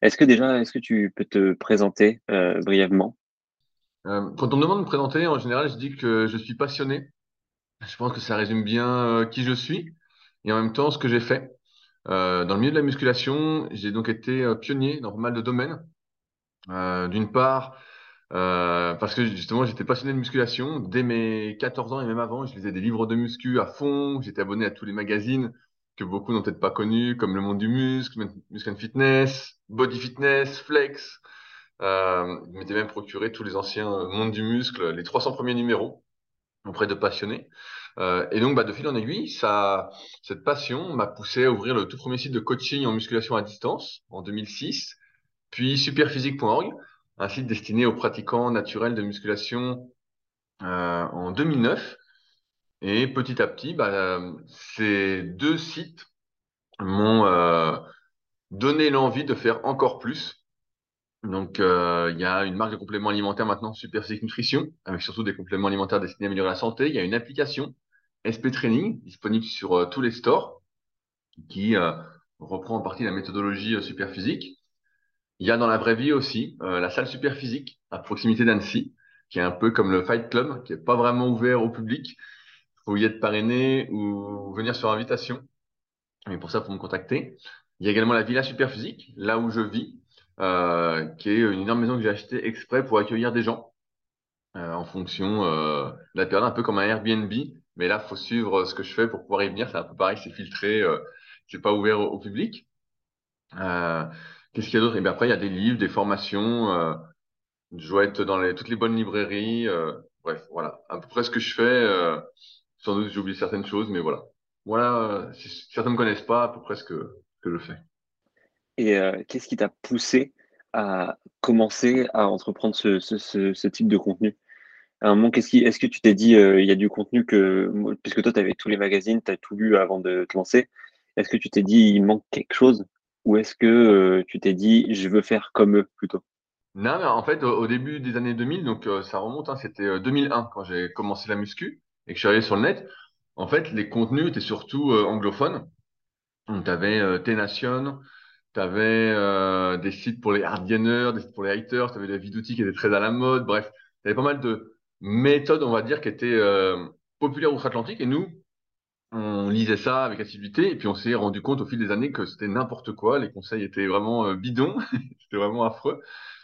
Est-ce que tu peux te présenter brièvement? Quand on me demande de me présenter, en général, je dis que je suis passionné. Je pense que ça résume bien qui je suis et en même temps ce que j'ai fait. Dans le milieu de la musculation, j'ai donc été pionnier dans pas mal de domaines. D'une part, parce que justement, j'étais passionné de musculation dès mes 14 ans et même avant. Je lisais des livres de muscu à fond. J'étais abonné à tous les magazines que beaucoup n'ont peut-être pas connus, comme Le Monde du Muscle, Muscle and Fitness, Body Fitness, Flex. Je m'étais même procuré tous les anciens Monde du Muscle, les 300 premiers numéros auprès de passionnés. Et donc, bah, de fil en aiguille, cette passion m'a poussé à ouvrir le tout premier site de coaching en musculation à distance en 2006, puis superphysique.org, un site destiné aux pratiquants naturels de musculation en 2009. Et petit à petit, bah, ces deux sites m'ont donné l'envie de faire encore plus. Donc, il y a une marque de compléments alimentaires maintenant, Super Physique Nutrition, avec surtout des compléments alimentaires destinés à améliorer la santé. Il y a une application, SP Training, disponible sur tous les stores, qui reprend en partie la méthodologie Super Physique. Il y a dans la vraie vie aussi la salle Super Physique, à proximité d'Annecy, qui est un peu comme le Fight Club, qui est pas vraiment ouvert au public. Il faut y être parrainé ou venir sur invitation. Mais pour ça, faut me contacter. Il y a également la Villa Superphysique, là où je vis, qui est une énorme maison que j'ai achetée exprès pour accueillir des gens en fonction de la période, un peu comme un Airbnb. Mais là, faut suivre ce que je fais pour pouvoir y venir. C'est un peu pareil, c'est filtré, c'est pas ouvert au public. Euh, Qu'est-ce qu'il y a d'autre? Et bien après, il y a des livres, des formations. Je dois être dans toutes les bonnes librairies. Bref, voilà, à peu près ce que je fais. Sans doute, j'ai oublié certaines choses, mais voilà. Voilà, si certains ne me connaissent pas, à peu près ce que je fais. Et qu'est-ce qui t'a poussé à commencer à entreprendre ce type de contenu? À un moment, est-ce que tu t'es dit, il y a du contenu puisque toi, tu avais tous les magazines, tu as tout lu avant de te lancer. Est-ce que tu t'es dit, il manque quelque chose? Ou est-ce que tu t'es dit, je veux faire comme eux plutôt? Non, mais en fait, au début des années 2000, donc ça remonte, hein, c'était 2001 quand j'ai commencé la muscu et que je suis arrivé sur le net. En fait, les contenus étaient surtout anglophones. Donc, tu avais T-Nation, tu avais des sites pour les hard gainers, des sites pour les haters, tu avais des vidoutis qui étaient très à la mode. Bref, il y avait pas mal de méthodes, on va dire, qui étaient populaires outre-Atlantique. Et nous, on lisait ça avec assiduité. Et puis, on s'est rendu compte au fil des années que c'était n'importe quoi. Les conseils étaient vraiment bidons. C'était vraiment affreux.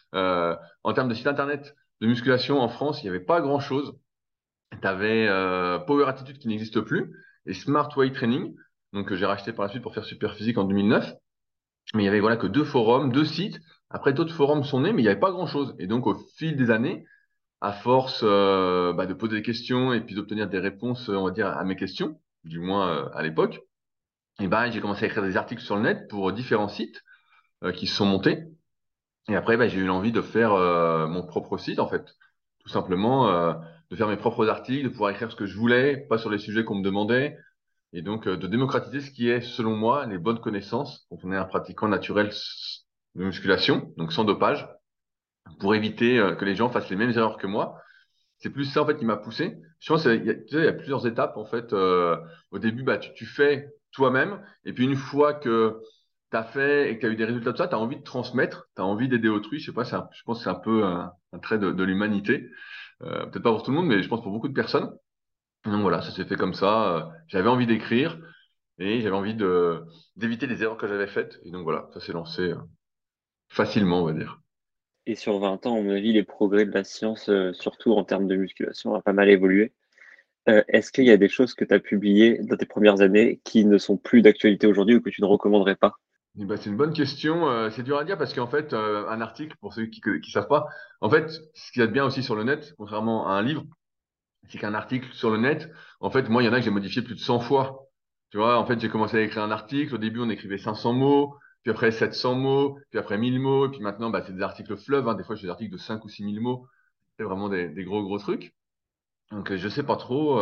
En termes de site internet de musculation en France, il n'y avait pas grand-chose. Tu avais Power Attitude qui n'existe plus et Smart Weight Training, donc que j'ai racheté par la suite pour faire Super Physique en 2009. Mais il y avait voilà que deux forums, deux sites. Après, d'autres forums sont nés, mais il n'y avait pas grand-chose. Et donc, au fil des années, à force bah, de poser des questions et puis d'obtenir des réponses, on va dire, à mes questions, du moins à l'époque, et ben, j'ai commencé à écrire des articles sur le net pour différents sites qui se sont montés. Et après, bah, j'ai eu l'envie de faire mon propre site, en fait. Tout simplement, de faire mes propres articles, de pouvoir écrire ce que je voulais, pas sur les sujets qu'on me demandait, et donc de démocratiser ce qui est, selon moi, les bonnes connaissances quand on est un pratiquant naturel de musculation, donc sans dopage, pour éviter que les gens fassent les mêmes erreurs que moi. C'est plus ça, en fait, qui m'a poussé. Je pense tu sais, il y a plusieurs étapes, en fait. Au début, bah, tu fais toi-même. Et puis, une fois que tu as fait et que tu as eu des résultats de ça, tu as envie de transmettre, tu as envie d'aider autrui. Je sais pas, je pense que c'est un peu un trait de l'humanité. Peut-être pas pour tout le monde, mais je pense pour beaucoup de personnes. Donc voilà, ça s'est fait comme ça. J'avais envie d'écrire et j'avais envie d'éviter les erreurs que j'avais faites. Et donc voilà, ça s'est lancé facilement, on va dire. Et sur 20 ans, à mon avis, les progrès de la science, surtout en termes de musculation, a pas mal évolué. Est-ce qu'il y a des choses que tu as publiées dans tes premières années qui ne sont plus d'actualité aujourd'hui ou que tu ne recommanderais pas? Eh ben, c'est une bonne question. C'est dur à dire parce qu'en fait, un article, pour ceux qui savent pas, en fait, ce qu'il y a de bien aussi sur le net, contrairement à un livre, c'est qu'un article sur le net, en fait, moi, il y en a que j'ai modifié plus de 100 fois. Tu vois, en fait, j'ai commencé à écrire un article. Au début, on écrivait 500 mots, puis après 700 mots, puis après 1000 mots, et puis maintenant, bah, c'est des articles fleuves, hein. Des fois, j'ai des articles de 5 ou 6 000 mots. C'est vraiment des gros, gros trucs. Donc, je sais pas trop.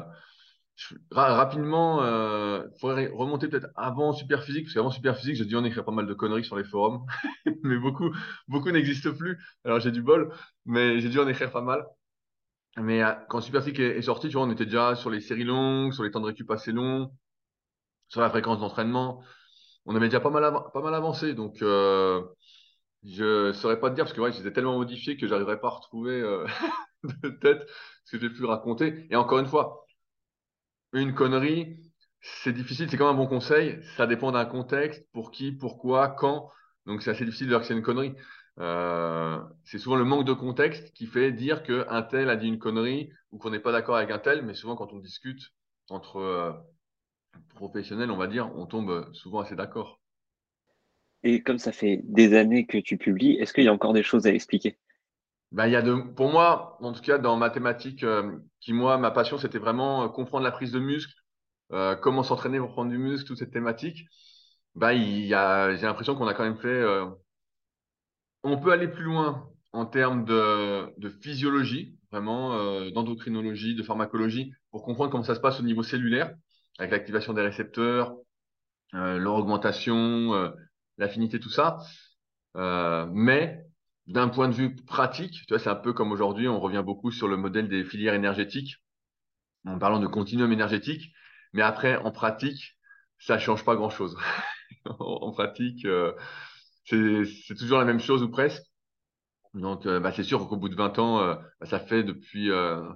Rapidement, faudrait remonter peut-être avant Superphysique, parce qu'avant Superphysique, j'ai dû en écrire pas mal de conneries sur les forums, mais beaucoup n'existent plus. Alors j'ai du bol, mais j'ai dû en écrire pas mal. Mais quand Superphysique est sorti, tu vois, on était déjà sur les séries longues, sur les temps de récup assez longs, sur la fréquence d'entraînement. On avait déjà pas mal avancé, donc Je saurais pas te dire parce que ouais, je les ai tellement modifiés que j'arriverai pas à retrouver de tête ce que j'ai pu raconter. Et encore une fois, une connerie, c'est difficile, c'est comme un bon conseil, ça dépend d'un contexte, pour qui, pourquoi, quand. Donc c'est assez difficile de dire que c'est une connerie. C'est souvent le manque de contexte qui fait dire qu'un tel a dit une connerie ou qu'on n'est pas d'accord avec un tel, mais souvent quand on discute entre professionnels, on va dire, on tombe souvent assez d'accord. Et comme ça fait des années que tu publies, est-ce qu'il y a encore des choses à expliquer? Ben, pour moi, en tout cas dans mathématiques, qui moi, ma passion, c'était vraiment comprendre la prise de muscle, comment s'entraîner pour prendre du muscle, toute cette thématique. Bah, j'ai l'impression qu'on a quand même fait. On peut aller plus loin en termes de physiologie, vraiment, d'endocrinologie, de pharmacologie, pour comprendre comment ça se passe au niveau cellulaire, avec l'activation des récepteurs, leur augmentation, l'affinité, tout ça. Mais d'un point de vue pratique, tu vois, c'est un peu comme aujourd'hui, on revient beaucoup sur le modèle des filières énergétiques, en parlant de continuum énergétique. Mais après, en pratique, ça change pas grand-chose. En pratique, c'est toujours la même chose ou presque. Donc, bah, c'est sûr qu'au bout de 20 ans, bah, ça fait depuis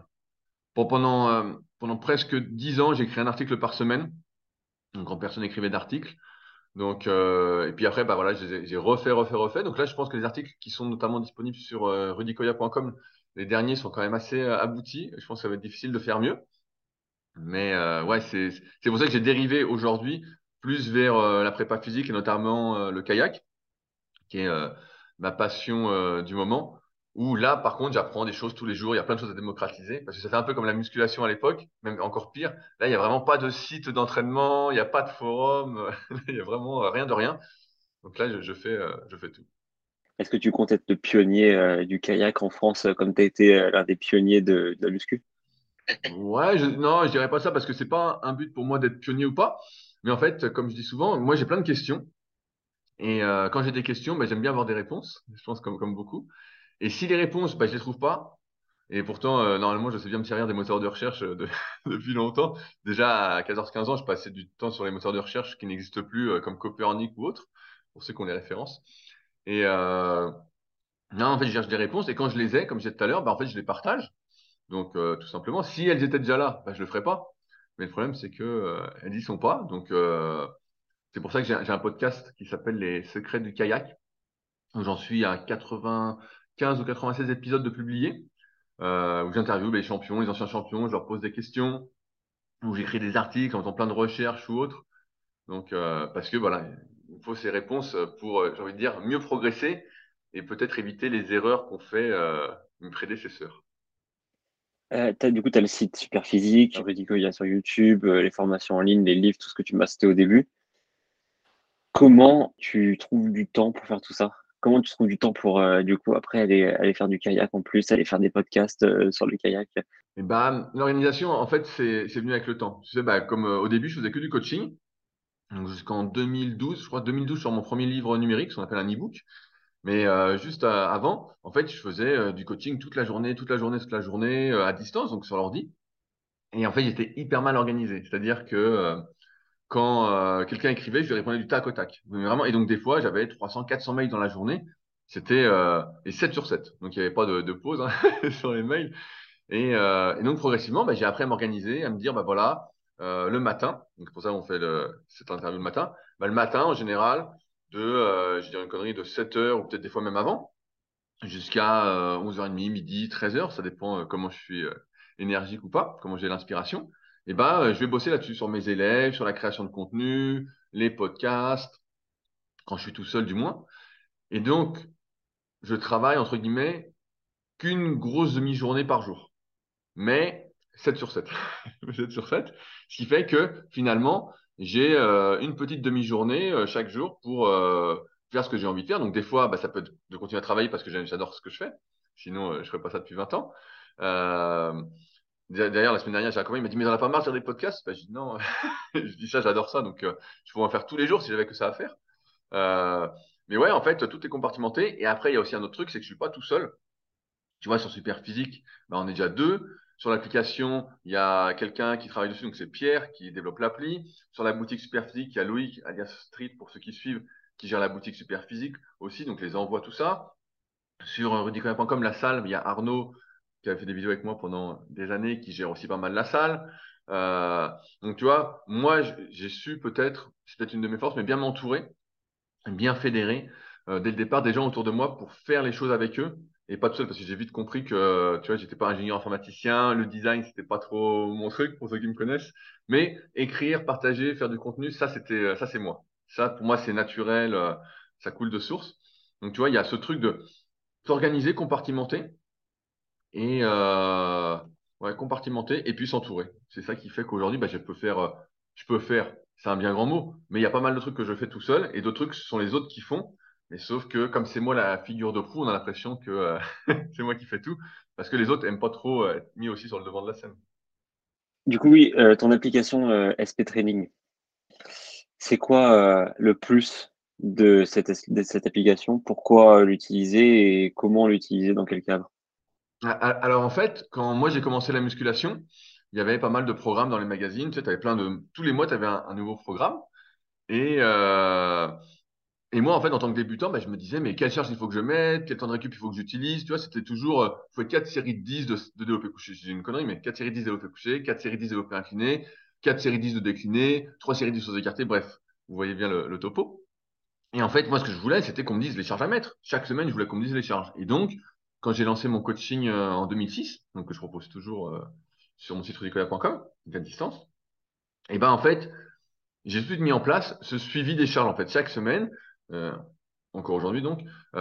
pendant presque 10 ans, j'écris un article par semaine. Donc, quand personne n'écrivait d'article. Donc, et puis après, bah voilà, j'ai refait. Donc là, je pense que les articles qui sont notamment disponibles sur rudicoya.com, les derniers sont quand même assez aboutis. Je pense que ça va être difficile de faire mieux. Mais ouais, c'est pour ça que j'ai dérivé aujourd'hui plus vers la prépa physique et notamment le kayak, qui est ma passion du moment. Où là, par contre, j'apprends des choses tous les jours. Il y a plein de choses à démocratiser. Parce que ça fait un peu comme la musculation à l'époque, même encore pire. Là, il n'y a vraiment pas de site d'entraînement, il n'y a pas de forum, il y a vraiment rien de rien. Donc là, je fais tout. Est-ce que tu comptes être le pionnier du kayak en France, comme tu as été l'un des pionniers de la muscu? Ouais, non, je dirais pas ça parce que c'est pas un but pour moi d'être pionnier ou pas. Mais en fait, comme je dis souvent, moi j'ai plein de questions. Et quand j'ai des questions, bah, j'aime bien avoir des réponses. Je pense comme beaucoup. Et si les réponses, bah, je les trouve pas, et pourtant, normalement, je sais bien me servir des moteurs de recherche depuis longtemps. Déjà, à 14-15 ans, je passais du temps sur les moteurs de recherche qui n'existent plus, comme Copernic ou autres, pour ceux qui ont les références. Et non, en fait, je cherche des réponses, et quand je les ai, comme je disais tout à l'heure, bah, en fait, je les partage. Donc, tout simplement, si elles étaient déjà là, bah, je le ferais pas. Mais le problème, c'est que elles y sont pas. Donc, c'est pour ça que j'ai un podcast qui s'appelle Les Secrets du kayak. Donc, j'en suis à 95 ou 96 épisodes de publiés, où j'interviewe les champions, les anciens champions, je leur pose des questions, où j'écris des articles en faisant plein de recherches ou autres. Donc, parce que voilà, il faut ces réponses pour, j'ai envie de dire, mieux progresser et peut-être éviter les erreurs qu'ont fait mes prédécesseurs. Du coup, tu as le site Superphysique, Rudico, il y a sur YouTube, les formations en ligne, les livres, tout ce que tu m'as cité au début. Comment tu trouves du temps pour faire tout ça? Comment tu trouves du temps pour, du coup, après aller faire du kayak en plus, aller faire des podcasts sur le kayak? Et bah, l'organisation, en fait, c'est venu avec le temps. Tu sais, bah, comme au début, je faisais que du coaching. Donc, jusqu'en 2012, je crois 2012 sur mon premier livre numérique, ce qu'on appelle un e-book. Mais juste avant, en fait, je faisais du coaching toute la journée à distance, donc sur l'ordi. Et en fait, j'étais hyper mal organisé. C'est-à-dire que quand quelqu'un écrivait, je lui répondais du tac au tac. Mais vraiment, et donc des fois, j'avais 300, 400 mails dans la journée. C'était et 7 sur 7. Donc il n'y avait pas de pause hein, sur les mails. Et donc progressivement, bah, j'ai appris à m'organiser, à me dire, bah voilà, le matin, donc c'est pour ça qu'on fait cette interview le matin, bah, le matin en général, je dirais une connerie de 7 heures ou peut-être des fois même avant, jusqu'à 11h30, midi, 13 heures, ça dépend comment je suis énergique ou pas, comment j'ai l'inspiration. Et ben, je vais bosser là-dessus, sur mes élèves, sur la création de contenu, les podcasts, quand je suis tout seul du moins. Et donc, je travaille, entre guillemets, qu'une grosse demi-journée par jour. Mais 7 sur 7. 7 sur 7. Ce qui fait que finalement, j'ai une petite demi-journée chaque jour pour faire ce que j'ai envie de faire. Donc des fois, bah, ça peut être de continuer à travailler parce que j'adore ce que je fais. Sinon, je ne ferais pas ça depuis 20 ans. Euh, D'ailleurs, la semaine dernière, j'ai un copain, il m'a dit, mais on a pas marre de faire des podcasts? Bah, je dis non, je dis ça, j'adore ça. Donc, je pourrais en faire tous les jours si j'avais que ça à faire. Euh, mais ouais, en fait, tout est compartimenté. Et après, il y a aussi un autre truc, c'est que je suis pas tout seul. Tu vois, sur Superphysique, bah, on est déjà deux. Sur l'application, il y a quelqu'un qui travaille dessus, donc c'est Pierre qui développe l'appli. Sur la boutique Superphysique, il y a Loïc, alias Street, pour ceux qui suivent, qui gère la boutique Super Physique aussi, donc les envois, tout ça. Sur rudicoya.com, la salle, il y a Arnaud qui a fait des vidéos avec moi pendant des années, qui gère aussi pas mal la salle. Euh, donc, tu vois, moi, j'ai su peut-être, c'est peut-être une de mes forces, mais bien m'entourer, bien fédérer dès le départ des gens autour de moi pour faire les choses avec eux et pas tout seul parce que j'ai vite compris que, tu vois, j'étais pas ingénieur informaticien, le design, c'était pas trop mon truc pour ceux qui me connaissent, mais écrire, partager, faire du contenu, ça, c'est moi. Ça, pour moi, c'est naturel, ça coule de source. Donc, tu vois, il y a ce truc de s'organiser, compartimenter et ouais, compartimenter et puis s'entourer. C'est ça qui fait qu'aujourd'hui, bah, je peux faire, c'est un bien grand mot, mais il y a pas mal de trucs que je fais tout seul et d'autres trucs, ce sont les autres qui font. Mais sauf que comme c'est moi la figure de proue, on a l'impression que c'est moi qui fais tout parce que les autres aiment pas trop être mis aussi sur le devant de la scène. Du coup, oui, ton application SP Training, c'est quoi le plus de cette application? Pourquoi l'utiliser et comment l'utiliser dans quel cadre? Alors en fait, quand moi j'ai commencé la musculation, il y avait pas mal de programmes dans les magazines. Tu sais, avais plein de tous les mois, tu avais un nouveau programme. Et, euh, Et moi, en fait, en tant que débutant, bah, je me disais, mais quelle charge il faut que je mette, quel temps de récup il faut que j'utilise. Tu vois, c'était toujours, il faut 4 séries de 10 de développé couché. J'ai une connerie, mais 4 séries de 10 développé couché, 4 séries de 10 développé incliné, 4 séries de 10 de décliné, 3 séries de 10 sauts écartés. Bref, vous voyez bien le topo. Et en fait, moi, ce que je voulais, c'était qu'on me dise les charges à mettre. Chaque semaine, je voulais qu'on me dise les charges. Et donc, quand j'ai lancé mon coaching en 2006, donc que je propose toujours sur mon site rudicoya.com, à distance, et ben en fait, j'ai tout de suite mis en place ce suivi des charges. En fait, chaque semaine, euh, encore aujourd'hui donc,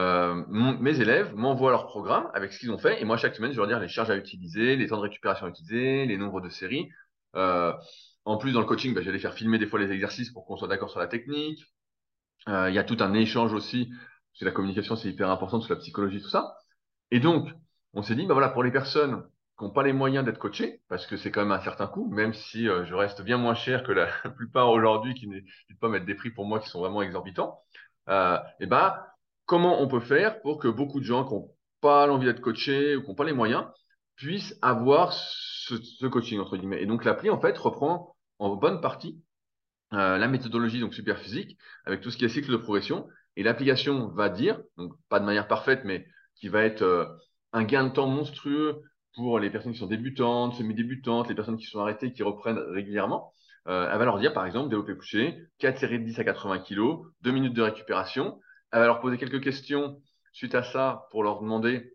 mes élèves m'envoient leur programme avec ce qu'ils ont fait. Et moi, chaque semaine, je leur dire les charges à utiliser, les temps de récupération à utiliser, les nombres de séries. Euh, En plus, dans le coaching, bah, j'allais faire filmer des fois les exercices pour qu'on soit d'accord sur la technique. Il y a tout un échange aussi, parce que la communication, c'est hyper important, sur la psychologie, tout ça. Et donc, on s'est dit, bah voilà, pour les personnes qui n'ont pas les moyens d'être coachées, parce que c'est quand même un certain coût, même si je reste bien moins cher que la plupart aujourd'hui qui n'hésitent pas à mettre des prix pour moi qui sont vraiment exorbitants, et ben, comment on peut faire pour que beaucoup de gens qui n'ont pas l'envie d'être coachés ou qui n'ont pas les moyens puissent avoir ce coaching, entre guillemets. Et donc, l'appli, en fait, reprend en bonne partie la méthodologie donc super physique avec tout ce qui est cycle de progression et l'application va dire donc pas de manière parfaite mais qui va être un gain de temps monstrueux pour les personnes qui sont débutantes, semi-débutantes, les personnes qui sont arrêtées qui reprennent régulièrement. Elle va leur dire par exemple développé couché, 4 séries de 10 à 80 kilos, 2 minutes de récupération. Elle va leur poser quelques questions suite à ça pour leur demander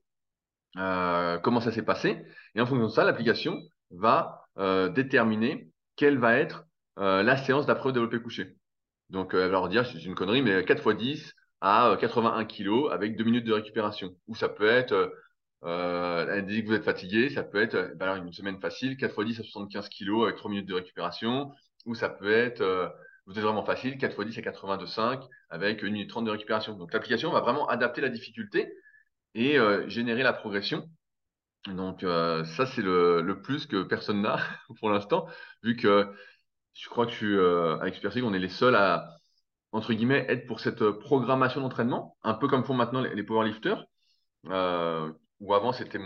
comment ça s'est passé. Et en fonction de ça, l'application va déterminer quelle va être la séance d'après au développé couché. Donc, elle va leur dire, c'est une connerie, mais 4 fois 10 à 81 kilos avec 2 minutes de récupération. Ou ça peut être, elle dit que vous êtes fatigué, ça peut être bah alors une semaine facile, 4 fois 10 à 75 kilos avec 3 minutes de récupération. Ou ça peut être, vous êtes vraiment facile, 4 fois 10 à 82,5 avec 1 minute 30 de récupération. Donc, l'application va vraiment adapter la difficulté et générer la progression. Donc ça, c'est le plus que personne n'a pour l'instant, vu que je crois que avec Super Physique, on est les seuls à, entre guillemets, être pour cette programmation d'entraînement, un peu comme font maintenant les powerlifters, où avant c'était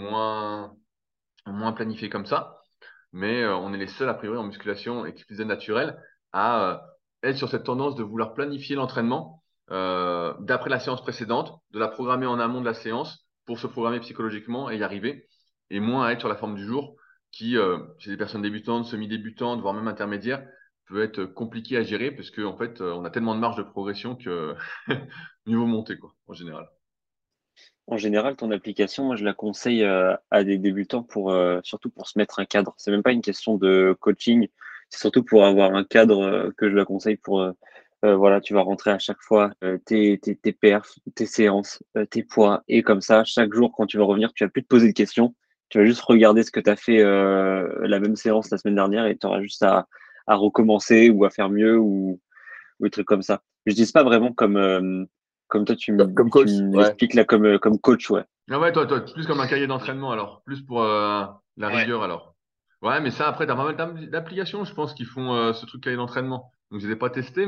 moins planifié comme ça, mais on est les seuls, a priori, en musculation et qui plus est naturel, à être sur cette tendance de vouloir planifier l'entraînement d'après la séance précédente, de la programmer en amont de la séance pour se programmer psychologiquement et y arriver, et moins à être sur la forme du jour qui, chez des personnes débutantes, semi-débutantes, voire même intermédiaires, peut être compliqué à gérer parce qu'en fait, on a tellement de marge de progression que mieux vaut monter, quoi, en général. En général, ton application, moi, je la conseille à des débutants pour surtout pour se mettre un cadre. C'est même pas une question de coaching, c'est surtout pour avoir un cadre que je la conseille pour voilà, tu vas rentrer à chaque fois tes perfs, tes séances, tes poids et comme ça, chaque jour quand tu vas revenir, tu vas plus te poser de questions, tu vas juste regarder ce que tu as fait la même séance la semaine dernière et tu auras juste à recommencer ou à faire mieux ou des trucs comme ça. Je dis pas vraiment comme comme toi Comme tu coach, me ouais. l'expliques là comme coach, ouais. Ah ouais, toi, plus comme un cahier d'entraînement alors, plus pour la Ouais. rigueur alors. Ouais, mais ça, après, t'as pas mal d'applications, je pense, qui font ce truc cahier d'entraînement. Donc, je les ai pas testés,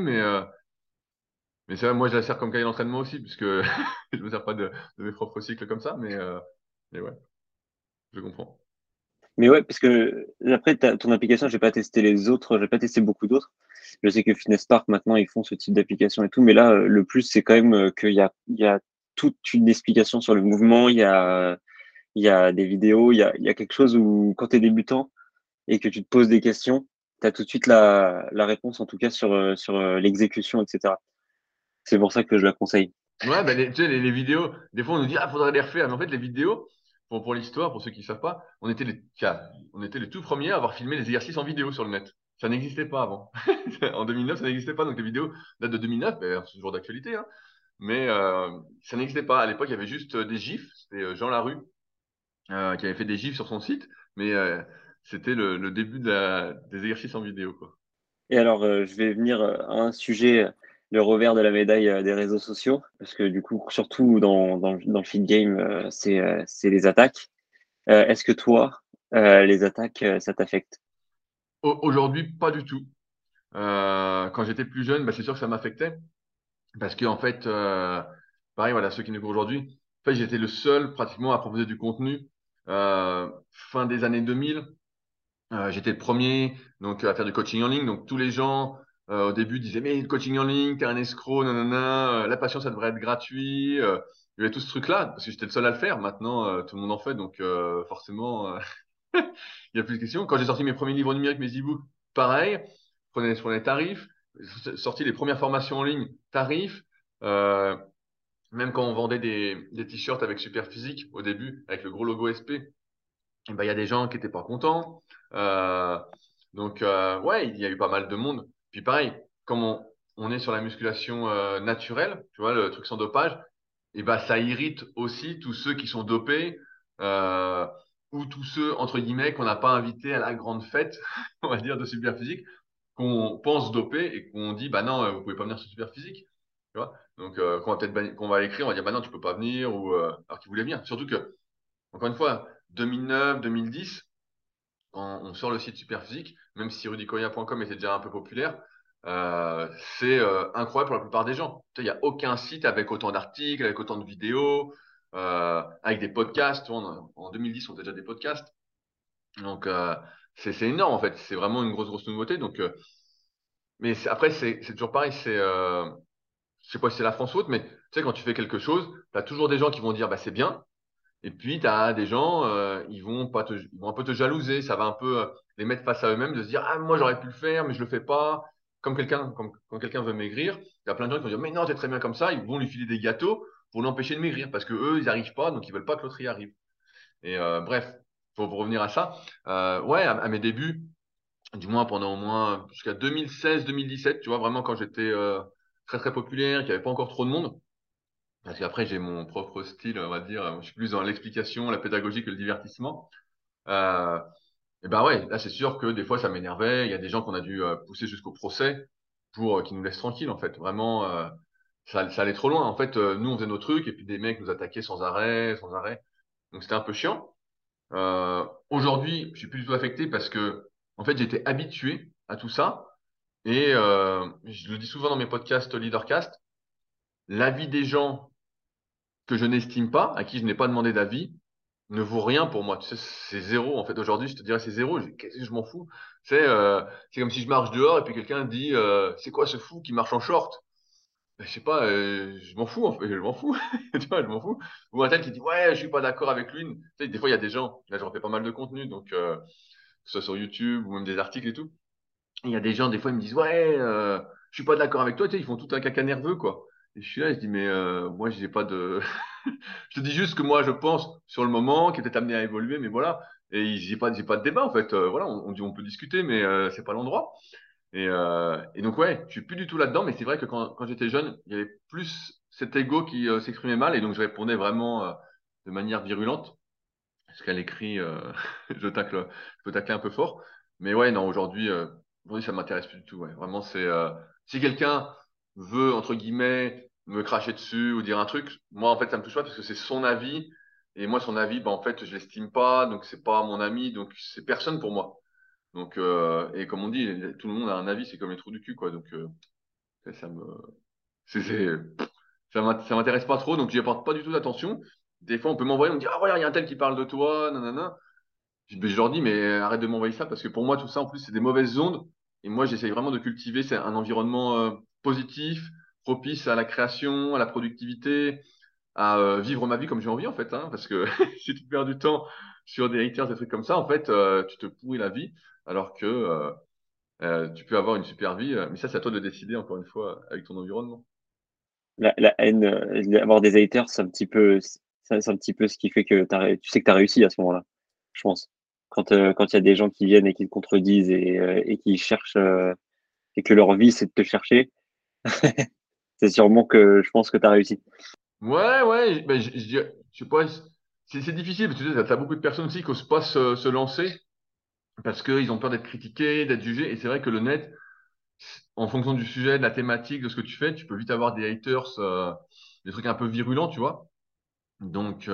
mais c'est vrai, moi, je la sers comme cahier d'entraînement aussi, puisque je me sers pas de mes propres cycles comme ça, mais ouais, je comprends. Mais ouais, parce que après, ton application, j'ai pas testé les autres, j'ai pas testé beaucoup d'autres. Je sais que Fitness Park, maintenant, ils font ce type d'application et tout. Mais là, le plus, c'est quand même qu'il y a toute une explication sur le mouvement. Il y a des vidéos, il y a quelque chose où, quand tu es débutant et que tu te poses des questions, tu as tout de suite la réponse, en tout cas, sur l'exécution, etc. C'est pour ça que je la conseille. Ouais, bah, tu sais, les vidéos, des fois on nous dit, ah, faudrait les refaire. Mais en fait, les vidéos, pour l'histoire, pour ceux qui ne savent pas, on était les tout premiers à avoir filmé les exercices en vidéo sur le net. Ça n'existait pas avant. En 2009, ça n'existait pas. Donc les vidéos datent de 2009, c'est toujours d'actualité, hein. Mais ça n'existait pas. À l'époque, il y avait juste des gifs. C'était Jean Larue qui avait fait des gifs sur son site. Mais c'était le début des exercices en vidéo, quoi. Et alors, je vais venir à un sujet, le revers de la médaille des réseaux sociaux, parce que du coup, surtout dans le feed game, c'est les attaques. Est-ce que toi, les attaques, ça t'affecte? Aujourd'hui, pas du tout. Quand j'étais plus jeune, bah, c'est sûr que ça m'affectait. Parce que, en fait, pareil, voilà, ceux qui nous courent aujourd'hui, en fait, j'étais le seul pratiquement à proposer du contenu. Fin des années 2000, j'étais le premier donc, à faire du coaching en ligne. Donc, tous les gens, au début, disaient, mais le coaching en ligne, t'es un escroc, nanana, la passion, ça devrait être gratuit. Il y avait tout ce truc-là, parce que j'étais le seul à le faire. Maintenant, tout le monde en fait. Donc, forcément, il n'y a plus de questions. Quand j'ai sorti mes premiers livres numériques, mes e-books, pareil, je prenais tarifs, sorti les premières formations en ligne, tarifs. Euh, Même quand on vendait des t-shirts avec Super Physique au début, avec le gros logo SP, eh ben, il y a des gens qui étaient pas contents. Euh, ouais, il y a eu pas mal de monde. Puis pareil, comme on est sur la musculation naturelle, tu vois, le truc sans dopage, et ben, ça irrite aussi tous ceux qui sont dopés euh, ou tous ceux, entre guillemets, qu'on n'a pas invités à la grande fête, on va dire, de Super Physique, qu'on pense doper et qu'on dit, bah non, vous pouvez pas venir sur Super Physique. Tu vois? Donc, qu'on va écrire, on va dire, bah non, tu peux pas venir, ou alors qu'ils voulaient venir. Surtout que, encore une fois, 2009, 2010, quand on sort le site Superphysique, même si rudicoya.com était déjà un peu populaire, c'est incroyable pour la plupart des gens. Il n'y a aucun site avec autant d'articles, avec autant de vidéos, avec des podcasts. En 2010, on a déjà des podcasts. Donc, c'est énorme en fait. C'est vraiment une grosse nouveauté. Donc, mais après, c'est toujours pareil. Je sais pas si c'est la France ou autre, mais tu sais, quand tu fais quelque chose, tu as toujours des gens qui vont dire, bah, c'est bien. Et puis, tu as des gens, ils vont pas ils vont un peu te jalouser. Ça va un peu les mettre face à eux-mêmes, de se dire, ah, moi, j'aurais pu le faire, mais je le fais pas. Comme quand quelqu'un veut maigrir, il y a plein de gens qui vont dire, mais non, t'es très bien comme ça. Ils vont lui filer des gâteaux pour l'empêcher de maigrir parce que eux, ils n'arrivent pas, donc ils veulent pas que l'autre y arrive. Et bref, pour revenir à ça, ouais, à mes débuts, du moins pendant au moins jusqu'à 2016-2017, tu vois, vraiment quand j'étais très populaire, qu'il n'y avait pas encore trop de monde. Parce qu'après, j'ai mon propre style, on va dire. Je suis plus dans l'explication, la pédagogie que le divertissement. Euh, et ben ouais, là, c'est sûr que des fois, ça m'énervait. Il y a des gens qu'on a dû pousser jusqu'au procès pour qu'ils nous laissent tranquilles, en fait. Vraiment, ça allait trop loin. En fait, nous, on faisait nos trucs et puis des mecs nous attaquaient sans arrêt, sans arrêt. Donc, c'était un peu chiant. Aujourd'hui, je suis plus du tout affecté parce que, en fait, j'étais habitué à tout ça. Et je le dis souvent dans mes podcasts Leadercast, l'avis des gens que je n'estime pas, à qui je n'ai pas demandé d'avis, ne vaut rien pour moi. Tu sais, c'est zéro. En fait, aujourd'hui, je te dirais c'est zéro. Qu'est-ce que je m'en fous? C'est comme si je marche dehors et puis quelqu'un dit c'est quoi ce fou qui marche en short? Ben, je sais pas, je m'en fous en fait, je m'en fous. Tu vois, je m'en fous. Ou un tel qui dit ouais, je suis pas d'accord avec lui. Tu sais, des fois, il y a des gens, là, je refais pas mal de contenu, donc que ce soit sur YouTube ou même des articles et tout. Il y a des gens, des fois, ils me disent, ouais, je suis pas d'accord avec toi, tu sais, ils font tout un caca nerveux, quoi. Et je suis là, je dis, mais moi, j'ai pas de. Je te dis juste que moi, je pense sur le moment, qui est peut-être amené à évoluer, mais voilà. Et j'ai pas de débat, en fait. Voilà, on peut discuter, mais c'est pas l'endroit. Et donc, ouais, je suis plus du tout là-dedans, mais c'est vrai que quand j'étais jeune, il y avait plus cet ego qui s'exprimait mal, et donc je répondais vraiment de manière virulente. Parce qu'à l'écrit, je peux tacler un peu fort. Mais ouais, non, aujourd'hui, ça m'intéresse plus du tout. Ouais. Vraiment, si quelqu'un veut, entre guillemets, me cracher dessus ou dire un truc, moi, en fait, ça me touche pas parce que c'est son avis. Et moi, son avis, ben, en fait, je l'estime pas, donc c'est pas mon ami, donc c'est personne pour moi. Donc, et comme on dit, tout le monde a un avis, c'est comme les trous du cul, quoi. Donc, ça me, c'est, ça m'intéresse pas trop, donc j'y apporte pas du tout d'attention. Des fois, on peut m'envoyer, on me dit, ah ouais, il y a un tel qui parle de toi, nanana. Je leur dis, mais arrête de m'envoyer ça parce que pour moi, tout ça, en plus, c'est des mauvaises ondes. Et moi, j'essaye vraiment de cultiver c'est un environnement positif, propice à la création, à la productivité, à vivre ma vie comme j'ai envie, en fait. Hein, parce que si tu perds du temps sur des haters, des trucs comme ça, en fait, tu te pourris la vie. Alors que tu peux avoir une super vie. Mais ça, c'est à toi de décider, encore une fois, avec ton environnement. La haine, avoir des haters, c'est un petit peu ce qui fait que tu sais que tu as réussi à ce moment-là, je pense. Quand il y a des gens qui viennent et qui te contredisent et qui cherchent, et que leur vie, c'est de te chercher, c'est sûrement que je pense que tu as réussi. Ouais, ouais, ben, je sais pas, c'est difficile parce que tu sais, t'as beaucoup de personnes aussi qui n'osent pas se lancer parce qu'ils ont peur d'être critiqués, d'être jugés. Et c'est vrai que le net, en fonction du sujet, de la thématique, de ce que tu fais, tu peux vite avoir des haters, des trucs un peu virulents, tu vois. Donc,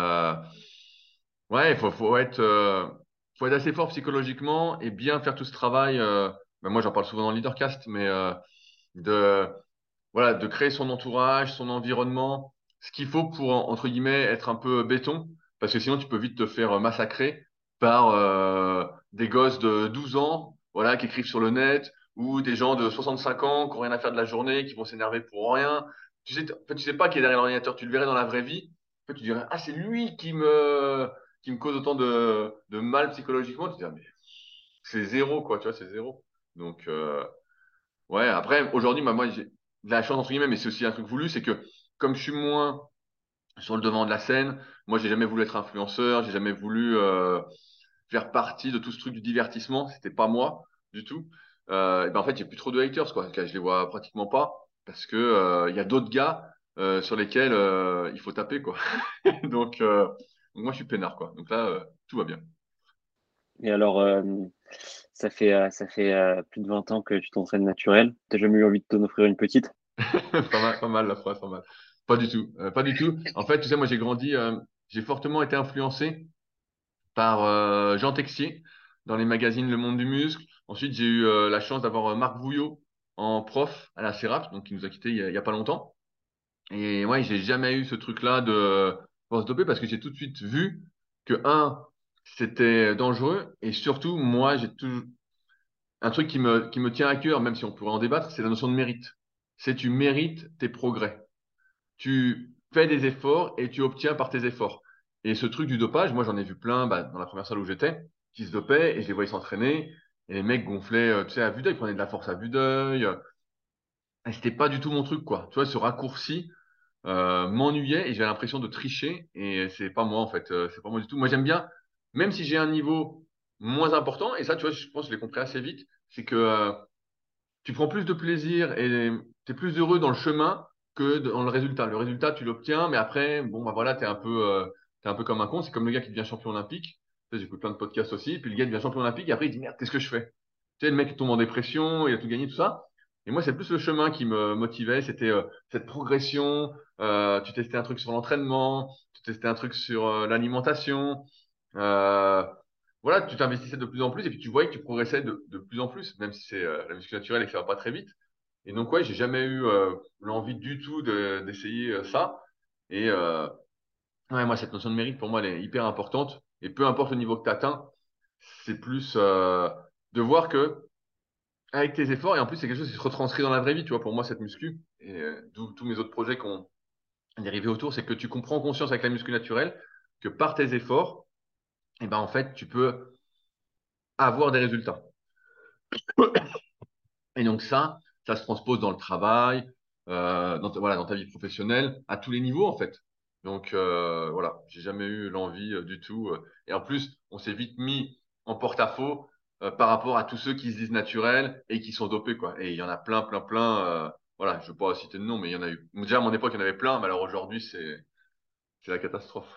ouais, faut être assez fort psychologiquement et bien faire tout ce travail. Ben moi, j'en parle souvent dans le Leadercast, mais de voilà, de créer son entourage, son environnement, ce qu'il faut pour, entre guillemets, être un peu béton, parce que sinon tu peux vite te faire massacrer par des gosses de 12 ans, voilà, qui écrivent sur le net, ou des gens de 65 ans qui n'ont rien à faire de la journée, qui vont s'énerver pour rien. En fait, tu sais pas qui est derrière l'ordinateur, tu le verrais dans la vraie vie. En fait, tu dirais, ah, c'est lui qui me cause autant de mal psychologiquement. Tu te dis, ah, mais c'est zéro, quoi, tu vois, c'est zéro. Donc, ouais, après, aujourd'hui, moi, j'ai de la chance, entre guillemets, mais c'est aussi un truc voulu, c'est que comme je suis moins sur le devant de la scène, moi, j'ai jamais voulu être influenceur, j'ai jamais voulu faire partie de tout ce truc du divertissement, c'était pas moi du tout. Et ben, en fait, j'ai plus trop de haters, quoi. Je les vois pratiquement pas, parce que il y a d'autres gars sur lesquels il faut taper, quoi. Donc, moi, je suis peinard, quoi. Donc là, tout va bien. Et alors, ça fait plus de 20 ans que tu t'entraînes naturel. T'as jamais eu envie de t'en offrir une petite? Pas mal la phrase, pas mal. Pas du tout, pas du tout. En fait, tu sais, moi, j'ai fortement été influencé par Jean Texier dans les magazines Le Monde du Muscle. Ensuite, j'ai eu la chance d'avoir Marc Vouillot en prof à la CERAP, donc qui nous a quittés il y a pas longtemps. Et ouais, j'ai jamais eu ce truc-là de pour se doper parce que j'ai tout de suite vu que c'était dangereux et surtout, moi, j'ai toujours un truc qui me tient à cœur, même si on pourrait en débattre, c'est la notion de mérite. C'est tu mérites tes progrès. Tu fais des efforts et tu obtiens par tes efforts. Et ce truc du dopage, moi j'en ai vu plein bah, dans la première salle où j'étais, qui se dopaient et je les voyais s'entraîner. Et les mecs gonflaient, tu sais, à vue d'œil, ils prenaient de la force à vue d'œil. Et c'était pas du tout mon truc, quoi. Tu vois, ce raccourci m'ennuyait et j'avais l'impression de tricher. Et c'est pas moi, en fait. C'est pas moi du tout. Moi j'aime bien, même si j'ai un niveau moins important, et ça, tu vois, je pense que je l'ai compris assez vite, c'est que tu prends plus de plaisir et tu es plus heureux dans le chemin que dans le résultat. Le résultat, tu l'obtiens, mais après, bon, bah voilà, t'es un peu comme un con. C'est comme le gars qui devient champion olympique. Tu sais, j'écoute plein de podcasts aussi. Puis le gars devient champion olympique et après, il dit, merde, qu'est-ce que je fais? Tu sais, le mec il tombe en dépression, il a tout gagné, tout ça. Et moi, c'est plus le chemin qui me motivait. C'était cette progression. Tu testais un truc sur l'entraînement, tu testais un truc sur l'alimentation. Euh, voilà, tu t'investissais de plus en plus et puis tu voyais que tu progressais de plus en plus, même si c'est la muscu naturelle et que ça va pas très vite. Et donc, ouais, j'ai jamais eu l'envie du tout d'essayer ça. Et ouais, moi, cette notion de mérite, pour moi, elle est hyper importante. Et peu importe le niveau que tu atteins, c'est plus de voir que avec tes efforts, et en plus, c'est quelque chose qui se retranscrit dans la vraie vie, tu vois, pour moi, cette muscu, et d'où tous mes autres projets qui ont dérivé autour, c'est que tu comprends conscience avec la muscu naturelle que par tes efforts, et ben, en fait, tu peux avoir des résultats. Et donc ça se transpose dans le travail, voilà, dans ta vie professionnelle, à tous les niveaux en fait. Donc voilà, j'ai jamais eu l'envie du tout. Et en plus, on s'est vite mis en porte-à-faux par rapport à tous ceux qui se disent naturels et qui sont dopés quoi. Et il y en a plein, plein, plein. Voilà, je ne veux pas citer de nom, mais il y en a eu. Déjà à mon époque, il y en avait plein, mais alors aujourd'hui, c'est la catastrophe.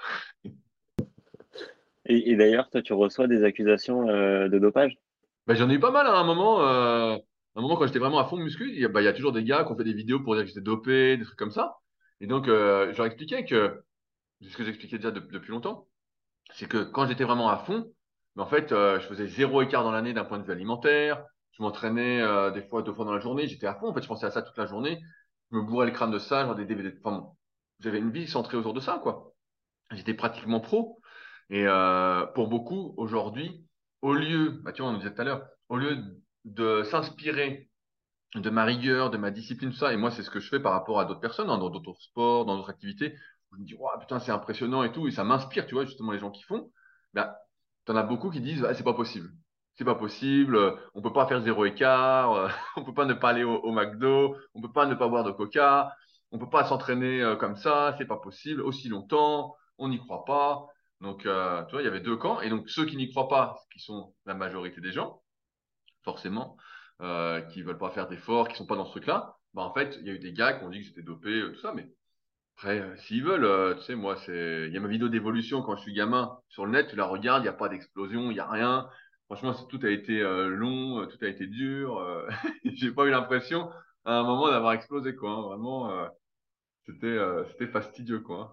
Et d'ailleurs, toi, tu reçois des accusations de dopage? Ben, j'en ai eu pas mal hein, à un moment. Un moment, quand j'étais vraiment à fond de muscu, il y a toujours des gars qui ont fait des vidéos pour dire que j'étais dopé, des trucs comme ça. Et donc, je leur expliquais que, c'est ce que j'expliquais déjà depuis longtemps, c'est que quand j'étais vraiment à fond, mais en fait, je faisais zéro écart dans l'année d'un point de vue alimentaire. Je m'entraînais des fois 2 fois dans la journée. J'étais à fond. En fait, je pensais à ça toute la journée. Je me bourrais le crâne de ça, je regardais des DVD. Enfin, bon, j'avais une vie centrée autour de ça, quoi. J'étais pratiquement pro. Et pour beaucoup, aujourd'hui, au lieu, bah, tu vois, on nous disait tout à l'heure, au lieu de s'inspirer de ma rigueur, de ma discipline, tout ça, et moi, c'est ce que je fais par rapport à d'autres personnes, hein, dans d'autres sports, dans d'autres activités, je me dis, ouais, putain, c'est impressionnant et tout, et ça m'inspire, tu vois, justement, les gens qui font, bah, t'en as beaucoup qui disent, ah, c'est pas possible. C'est pas possible, on peut pas faire zéro écart, on peut pas ne pas aller au McDo, on peut pas ne pas boire de Coca, on peut pas s'entraîner comme ça, c'est pas possible, aussi longtemps, on n'y croit pas. Donc, tu vois, il y avait deux camps, et donc ceux qui n'y croient pas, qui sont la majorité des gens, forcément, qui veulent pas faire d'efforts, qui sont pas dans ce truc-là, bah en fait, il y a eu des gars qui ont dit que j'étais dopé, tout ça, mais après, s'ils veulent, tu sais, moi, il y a ma vidéo d'évolution quand je suis gamin sur le net, tu la regardes, il n'y a pas d'explosion, il n'y a rien. Franchement, tout a été long, tout a été dur. J'ai pas eu l'impression à un moment d'avoir explosé, quoi, hein. Vraiment, c'était fastidieux, quoi,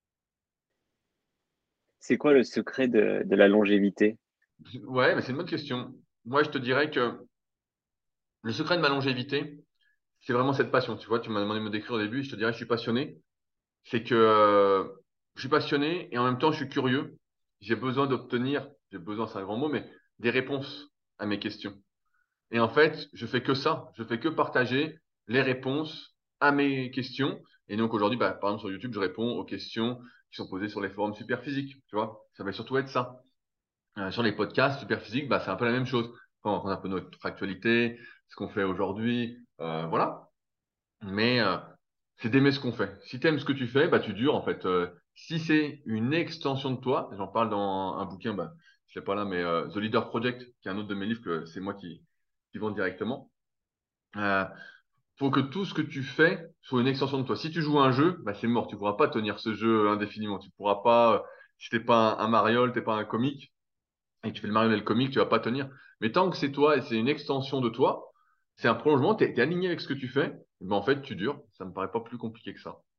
C'est quoi le secret de la longévité? hein. Ouais, mais c'est une bonne question. Moi, je te dirais que le secret de ma longévité, c'est vraiment cette passion. Tu vois, tu m'as demandé de me décrire au début, je te dirais, je suis passionné. C'est que je suis passionné et en même temps, je suis curieux. J'ai besoin d'obtenir, j'ai besoin, c'est un grand mot, mais des réponses à mes questions. Et en fait, je fais que ça. Je fais que partager les réponses à mes questions. Et donc aujourd'hui, bah, par exemple sur YouTube, je réponds aux questions qui sont posées sur les forums Superphysique. Tu vois, ça va surtout être ça. Sur les podcasts Superphysique, bah, c'est un peu la même chose. Quand on raconte un peu notre actualité, ce qu'on fait aujourd'hui, voilà. Mais c'est d'aimer ce qu'on fait. Si tu aimes ce que tu fais, bah, tu dures en fait. Si c'est une extension de toi, j'en parle dans un bouquin, bah, je l'ai pas là, mais The Leader Project, qui est un autre de mes livres que c'est moi qui vends directement. Euh, faut que tout ce que tu fais soit une extension de toi. Si tu joues à un jeu, bah, c'est mort. Tu pourras pas tenir ce jeu indéfiniment. Tu pourras pas, si t'es pas un Mariol, t'es pas un comique, et que tu fais le Mariol et le comique, tu vas pas tenir. Mais tant que c'est toi et c'est une extension de toi, c'est un prolongement, t'es aligné avec ce que tu fais, ben en fait, tu dures. Ça me paraît pas plus compliqué que ça.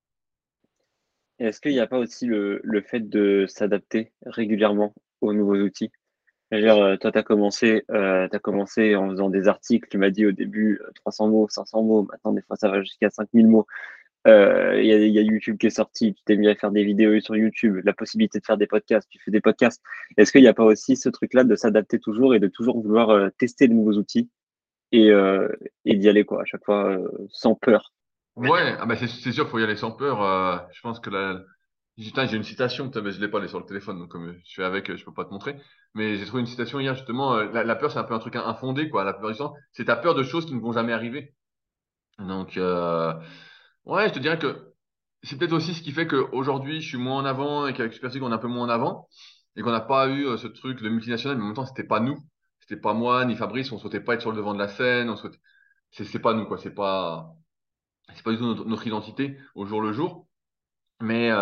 Et est-ce qu'il n'y a pas aussi le fait de s'adapter régulièrement aux nouveaux outils? Je veux dire, toi, t'as commencé en faisant des articles, tu m'as dit au début 300 mots, 500 mots, maintenant des fois ça va jusqu'à 5000 mots. Il y a YouTube qui est sorti, tu t'es mis à faire des vidéos sur YouTube, la possibilité de faire des podcasts, tu fais des podcasts. Est-ce qu'il n'y a pas aussi ce truc-là de s'adapter toujours et de toujours vouloir tester de nouveaux outils et, euh, et d'y aller quoi, à chaque fois sans peur? Ouais, ah bah c'est sûr, faut y aller sans peur. Je pense que putain, j'ai une citation, putain, mais je l'ai pas, elle est sur le téléphone, donc comme je suis avec, je peux pas te montrer. Mais j'ai trouvé une citation hier, justement. La peur, c'est un peu un truc infondé, quoi. La peur du sang, c'est ta peur de choses qui ne vont jamais arriver. Donc, ouais, je te dirais que c'est peut-être aussi ce qui fait qu'aujourd'hui, je suis moins en avant et qu'avec Super Physique, on est un peu moins en avant et qu'on n'a pas eu ce truc de multinational, mais en même temps, c'était pas nous. C'était pas moi, ni Fabrice, on souhaitait pas être sur le devant de la scène, c'est pas nous, quoi. C'est pas du tout notre identité au jour le jour. Mais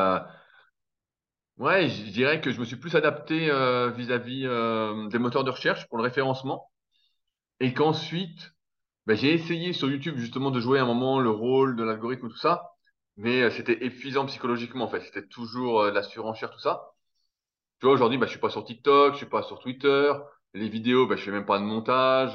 ouais, je dirais que je me suis plus adapté vis-à-vis des moteurs de recherche pour le référencement. Et qu'ensuite, bah, j'ai essayé sur YouTube justement de jouer à un moment le rôle de l'algorithme, tout ça. Mais c'était épuisant psychologiquement en fait. C'était toujours de la surenchère, tout ça. Tu vois, aujourd'hui, bah, je suis pas sur TikTok, je suis pas sur Twitter. Les vidéos, bah, je fais même pas de montage.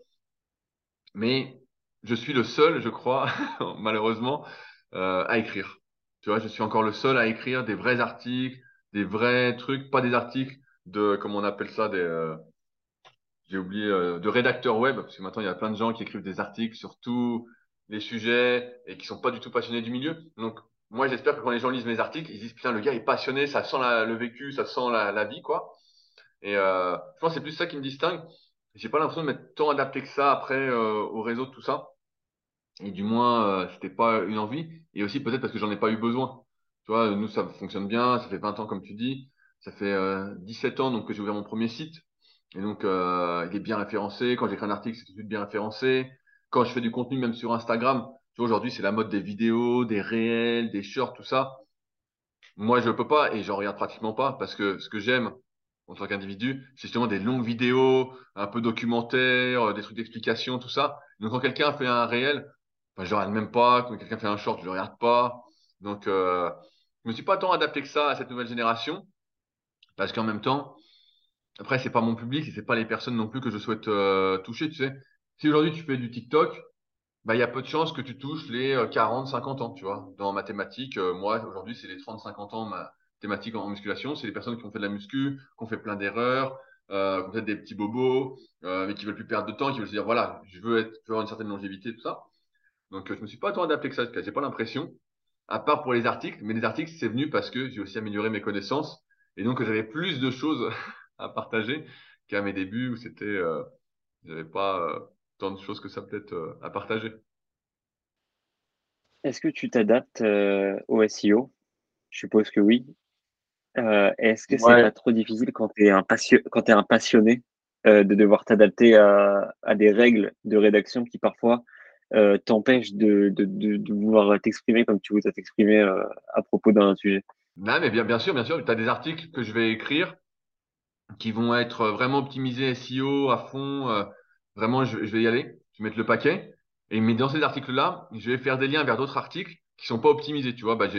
Mais je suis le seul, je crois, malheureusement, à écrire. Tu vois, je suis encore le seul à écrire des vrais articles, des vrais trucs, pas des articles de, comment on appelle ça, j'ai oublié, de rédacteurs web, parce que maintenant il y a plein de gens qui écrivent des articles sur tous les sujets et qui sont pas du tout passionnés du milieu. Donc, moi, j'espère que quand les gens lisent mes articles, ils disent, putain, le gars est passionné, ça sent le vécu, ça sent la vie, quoi. Et je pense que c'est plus ça qui me distingue. J'ai pas l'impression de m'être tant adapté que ça après au réseau, tout ça. Et du moins, c'était pas une envie. Et aussi peut-être parce que j'en ai pas eu besoin. Tu vois, nous, ça fonctionne bien. Ça fait 20 ans, comme tu dis. Ça fait 17 ans donc, que j'ai ouvert mon premier site. Et donc, il est bien référencé. Quand j'écris un article, c'est tout de suite bien référencé. Quand je fais du contenu, même sur Instagram, tu vois, aujourd'hui, c'est la mode des vidéos, des réels, des shorts, tout ça. Moi, je peux pas et j'en regarde pratiquement pas parce que ce que j'aime en tant qu'individu, c'est justement des longues vidéos, un peu documentaires, des trucs d'explication, tout ça. Donc, quand quelqu'un fait un réel, ben, je le regarde même pas. Quand quelqu'un fait un short, je le regarde pas. Donc, je me suis pas tant adapté que ça à cette nouvelle génération parce qu'en même temps, après, c'est pas mon public et c'est pas les personnes non plus que je souhaite toucher, tu sais. Si aujourd'hui tu fais du TikTok, bah, il y a peu de chances que tu touches les 40, 50 ans, tu vois. Dans mathématiques, moi, aujourd'hui, c'est les 30, 50 ans, ma thématique en musculation, c'est les personnes qui ont fait de la muscu, qui ont fait plein d'erreurs, qui ont fait des petits bobos, mais qui veulent plus perdre de temps, qui veulent se dire, voilà, je veux avoir une certaine longévité, tout ça. Donc, je me suis pas tant adapté que ça, j'ai pas l'impression, à part pour les articles, mais les articles, c'est venu parce que j'ai aussi amélioré mes connaissances, et donc j'avais plus de choses à partager qu'à mes débuts où j'avais pas tant de choses que ça peut-être à partager. Est-ce que tu t'adaptes au SEO? Je suppose que oui. Est-ce que c'est Ouais. pas trop difficile quand tu es quand tu un passionné de devoir t'adapter à des règles de rédaction qui parfois t'empêchent de vouloir t'exprimer comme tu voudrais t'exprimer à propos d'un sujet? Non, mais bien sûr, tu as des articles que je vais écrire qui vont être vraiment optimisés SEO à fond. Vraiment, je vais y aller, je vais mettre le paquet. Et mais dans ces articles-là, je vais faire des liens vers d'autres articles qui sont pas optimisés. Tu vois, bah,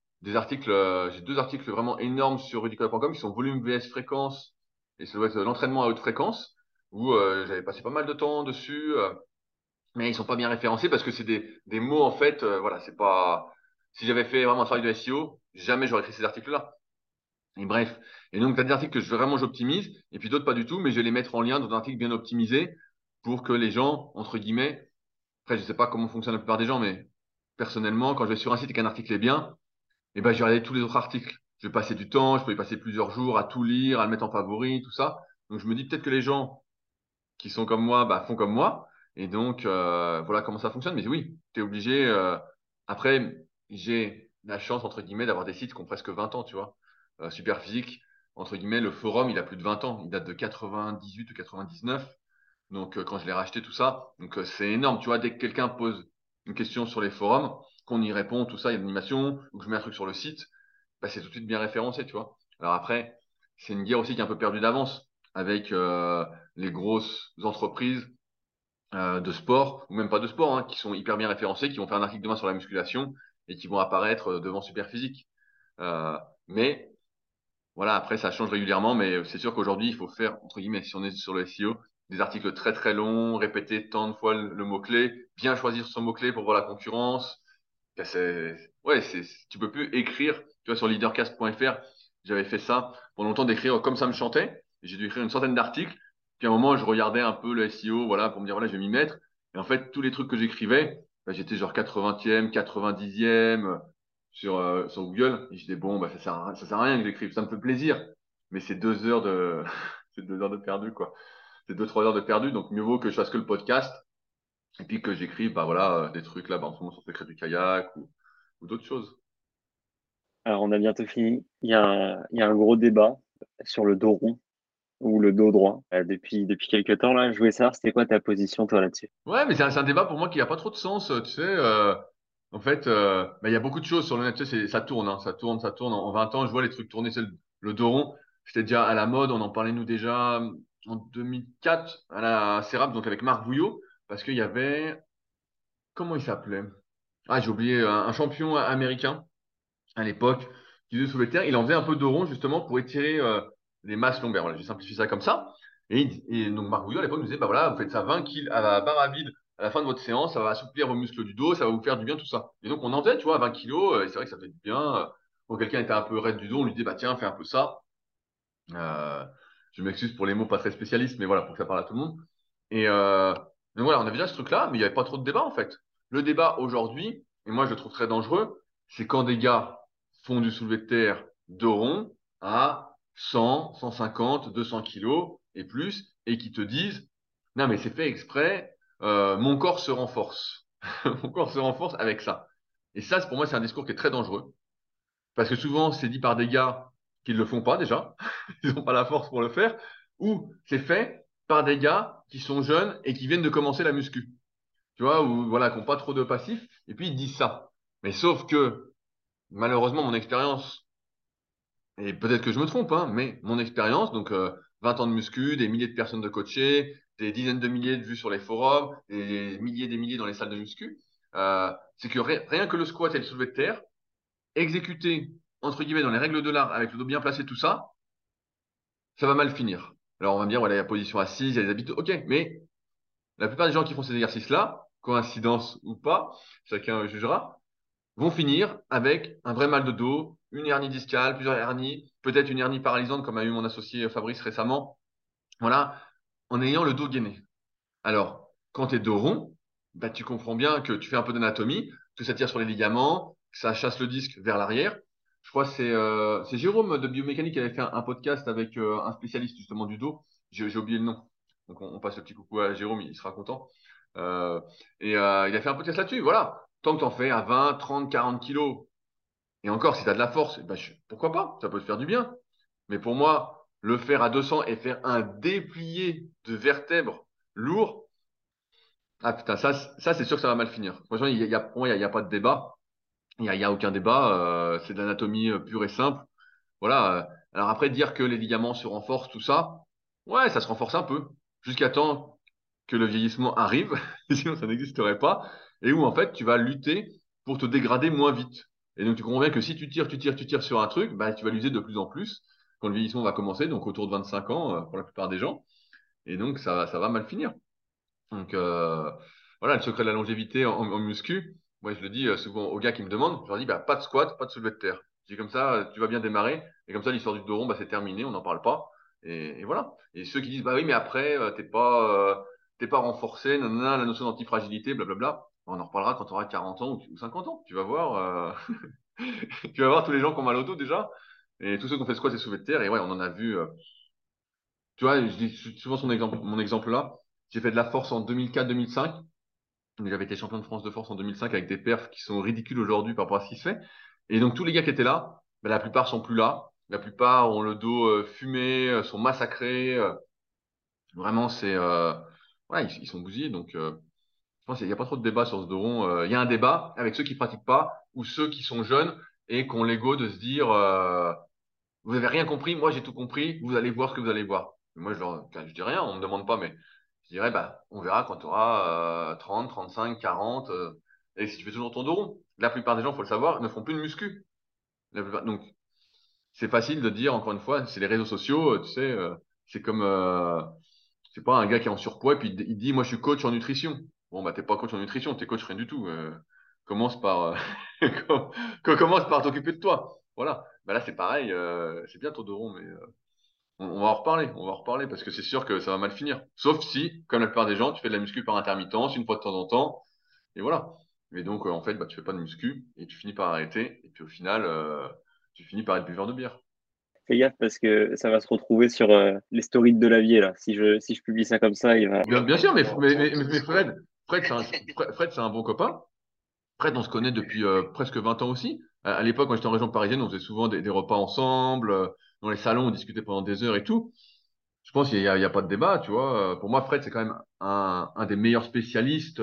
j'ai deux articles vraiment énormes sur rudicola.com qui sont volume vs fréquence et ça doit être l'entraînement à haute fréquence où j'avais passé pas mal de temps dessus, mais ils sont pas bien référencés parce que c'est des mots en fait. Voilà, c'est pas. Si j'avais fait vraiment un travail de SEO, jamais j'aurais écrit ces articles-là. Et bref. Et donc, tu as des articles que vraiment j'optimise, et puis d'autres pas du tout, mais je vais les mettre en lien dans un article bien optimisé pour que les gens, entre guillemets, après, je sais pas comment fonctionne la plupart des gens, mais personnellement, quand je vais sur un site et qu'un article est bien, eh ben, je vais regarder tous les autres articles. Je vais passer du temps, je peux y passer plusieurs jours à tout lire, à le mettre en favori, tout ça. Donc, je me dis peut-être que les gens qui sont comme moi, bah, font comme moi. Et donc, voilà comment ça fonctionne. Mais oui, tu es obligé. Après, j'ai la chance, entre guillemets, d'avoir des sites qui ont presque 20 ans, tu vois. Superphysique, entre guillemets, le forum, il a plus de 20 ans. Il date de 98 ou 99. Donc, quand je l'ai racheté, tout ça. Donc, c'est énorme, tu vois. Dès que quelqu'un pose une question sur les forums, qu'on y répond, tout ça, il y a une animation, ou que je mets un truc sur le site, bah, c'est tout de suite bien référencé, tu vois. Alors après, c'est une guerre aussi qui est un peu perdue d'avance avec les grosses entreprises de sport, ou même pas de sport, hein, qui sont hyper bien référencées, qui vont faire un article demain sur la musculation et qui vont apparaître devant Superphysique. Mais voilà, après, ça change régulièrement, mais c'est sûr qu'aujourd'hui, il faut faire, entre guillemets, si on est sur le SEO, des articles très très longs, répéter tant de fois le mot-clé, bien choisir son mot-clé pour voir la concurrence. Ben, tu peux plus écrire, tu vois, sur leadercast.fr, j'avais fait ça pendant longtemps d'écrire comme ça me chantait. J'ai dû écrire une centaine d'articles. Puis à un moment, je regardais un peu le SEO, voilà, pour me dire, voilà, je vais m'y mettre. Et en fait, tous les trucs que j'écrivais, ben, j'étais genre 80e, 90e sur Google. Et je disais, bon, bah, ça sert à rien que j'écrive. Ça me fait plaisir. Mais c'est 2 heures c'est 2 heures de perdu, quoi. C'est 2, 3 heures de perdu. Donc, mieux vaut que je fasse que le podcast. Et puis que j'écrive, bah voilà, des trucs là, bah, en ce moment sur Secret du kayak ou d'autres choses. Alors, on a bientôt fini. Il y a un gros débat sur le dos rond ou le dos droit depuis quelques temps là. Je voulais savoir c'était quoi ta position toi là-dessus. Ouais, mais c'est un débat pour moi qui n'a pas trop de sens. Tu sais, en fait, bah, il y a beaucoup de choses sur le net. Tu sais, ça tourne, hein, ça tourne, ça tourne. En 20 ans, je vois les trucs tourner. C'est le dos rond, c'était déjà à la mode. On en parlait, nous, déjà en 2004 à la CERAP, donc avec Marc Bouillot, parce qu'il y avait. Comment il s'appelait? Ah, j'ai oublié, un champion américain à l'époque qui faisait soulever de terre. Il en faisait un peu dos rond, justement, pour étirer les masses lombaires. Voilà, j'ai simplifié ça comme ça. Et donc, Marc Bouillot, à l'époque, nous disait, bah voilà, vous faites ça 20 kilos à la barre à vide à la fin de votre séance, ça va assouplir vos muscles du dos, ça va vous faire du bien, tout ça. Et donc, on en faisait, tu vois, à 20 kilos, et c'est vrai que ça fait du bien. Quand quelqu'un était un peu raide du dos, on lui dit, bah tiens, fais un peu ça. Euh, je m'excuse pour les mots pas très spécialistes, mais voilà, pour que ça parle à tout le monde. Et donc voilà, on avait déjà ce truc-là, mais il n'y avait pas trop de débat, en fait. Le débat aujourd'hui, et moi je le trouve très dangereux, c'est quand des gars font du soulevé de terre de rond à 100, 150, 200 kilos et plus, et qui te disent, non mais c'est fait exprès, mon corps se renforce. Mon corps se renforce avec ça. Et ça, pour moi, c'est un discours qui est très dangereux. Parce que souvent, c'est dit par des gars qui ne le font pas déjà. Ils n'ont pas la force pour le faire. Ou c'est fait par des gars qui sont jeunes et qui viennent de commencer la muscu. Tu vois, ou voilà, qui n'ont pas trop de passif. Et puis, ils disent ça. Mais sauf que, malheureusement, mon expérience, et peut-être que je me trompe, hein, mais mon expérience, donc 20 ans de muscu, des milliers de personnes de coachés, des dizaines de milliers de vues sur les forums, des milliers dans les salles de muscu, c'est que rien que le squat et le soulevé de terre, exécuté, entre guillemets, dans les règles de l'art, avec le dos bien placé, tout ça, ça va mal finir. Alors on va me dire, voilà, il y a la position assise, il y a les habitudes, ok, mais la plupart des gens qui font ces exercices-là, coïncidence ou pas, chacun jugera, vont finir avec un vrai mal de dos, une hernie discale, plusieurs hernies, peut-être une hernie paralysante comme a eu mon associé Fabrice récemment. Voilà, en ayant le dos gainé. Alors, quand tu es dos rond, bah, tu comprends bien que tu fais un peu d'anatomie, que ça tire sur les ligaments, que ça chasse le disque vers l'arrière. Je crois que c'est Jérôme de Biomécanique qui avait fait un podcast avec un spécialiste justement du dos. J'ai oublié le nom. Donc on passe le petit coucou à Jérôme, il sera content. Euh, il a fait un podcast là-dessus. Voilà. Tant que tu en fais à 20, 30, 40 kilos, et encore si tu as de la force, bah, pourquoi pas? Ça peut te faire du bien. Mais pour moi, le faire à 200 et faire un déplié de vertèbres lourd, ah putain, ça c'est sûr que ça va mal finir. Franchement, pour moi, il y a pas de débat. Il y a aucun débat. C'est de l'anatomie pure et simple. Voilà. Alors après, dire que les ligaments se renforcent, tout ça, ouais, ça se renforce un peu. Jusqu'à temps que le vieillissement arrive, sinon ça n'existerait pas. Et où en fait, tu vas lutter pour te dégrader moins vite. Et donc tu comprends bien que si tu tires sur un truc, bah, tu vas l'user de plus en plus quand le vieillissement va commencer, donc autour de 25 ans pour la plupart des gens. Et donc ça va mal finir. Donc voilà, le secret de la longévité en muscu. Moi, je le dis souvent aux gars qui me demandent, je leur dis bah, pas de squat, pas de soulevé de terre. Je dis comme ça, tu vas bien démarrer, et comme ça, l'histoire du dos rond, bah, c'est terminé, on n'en parle pas. Et voilà. Et ceux qui disent bah oui, mais après, t'es pas renforcé, nanana, la notion d'antifragilité, blablabla. On en reparlera quand tu auras 40 ans ou 50 ans. Tu vas voir, tu vas voir tous les gens qui ont mal au dos déjà, et tous ceux qui ont fait squat et soulevé de terre. Et ouais, on en a vu. Tu vois, je dis souvent mon exemple là. J'ai fait de la force en 2004-2005. J'avais été champion de France de force en 2005 avec des perfs qui sont ridicules aujourd'hui par rapport à ce qui se fait. Et donc tous les gars qui étaient là, ben, la plupart sont plus là. La plupart ont le dos fumé, sont massacrés. Vraiment, ouais, ils sont bousillés. Donc je pense qu'il n'y a pas trop de débat sur ce dos rond. Il y a un débat avec ceux qui pratiquent pas ou ceux qui sont jeunes et qui ont l'ego de se dire vous avez rien compris, moi j'ai tout compris, vous allez voir ce que vous allez voir. Moi je dis rien, on me demande pas, mais je dirais bah on verra quand tu auras 30, 35, 40. Et si tu fais toujours ton dos rond. La plupart des gens, faut le savoir, ne font plus de muscu. Donc c'est facile de dire, encore une fois, c'est les réseaux sociaux, tu sais, c'est comme c'est pas un gars qui est en surpoids et puis il dit moi je suis coach en nutrition. Bon bah t'es pas coach en nutrition, t'es coach rien du tout. Commence par commence par t'occuper de toi. Voilà. Bah là c'est pareil, c'est bien ton dos rond, mais on va en reparler, on va en reparler parce que c'est sûr que ça va mal finir. Sauf si, comme la plupart des gens, tu fais de la muscu par intermittence, une fois de temps en temps, et voilà. Et donc en fait bah tu fais pas de muscu et tu finis par arrêter et puis au final tu finis par être buveur de bière. Fais gaffe parce que ça va se retrouver sur les stories de Delavier là. Si je publie ça comme ça, il va. Bien sûr, mais Fred, c'est un bon copain. Fred, on se connaît depuis presque 20 ans aussi. À l'époque, quand j'étais en région parisienne, on faisait souvent des repas ensemble. Dans les salons, on discutait pendant des heures et tout. Je pense qu'il y a pas de débat, tu vois. Pour moi, Fred, c'est quand même un des meilleurs spécialistes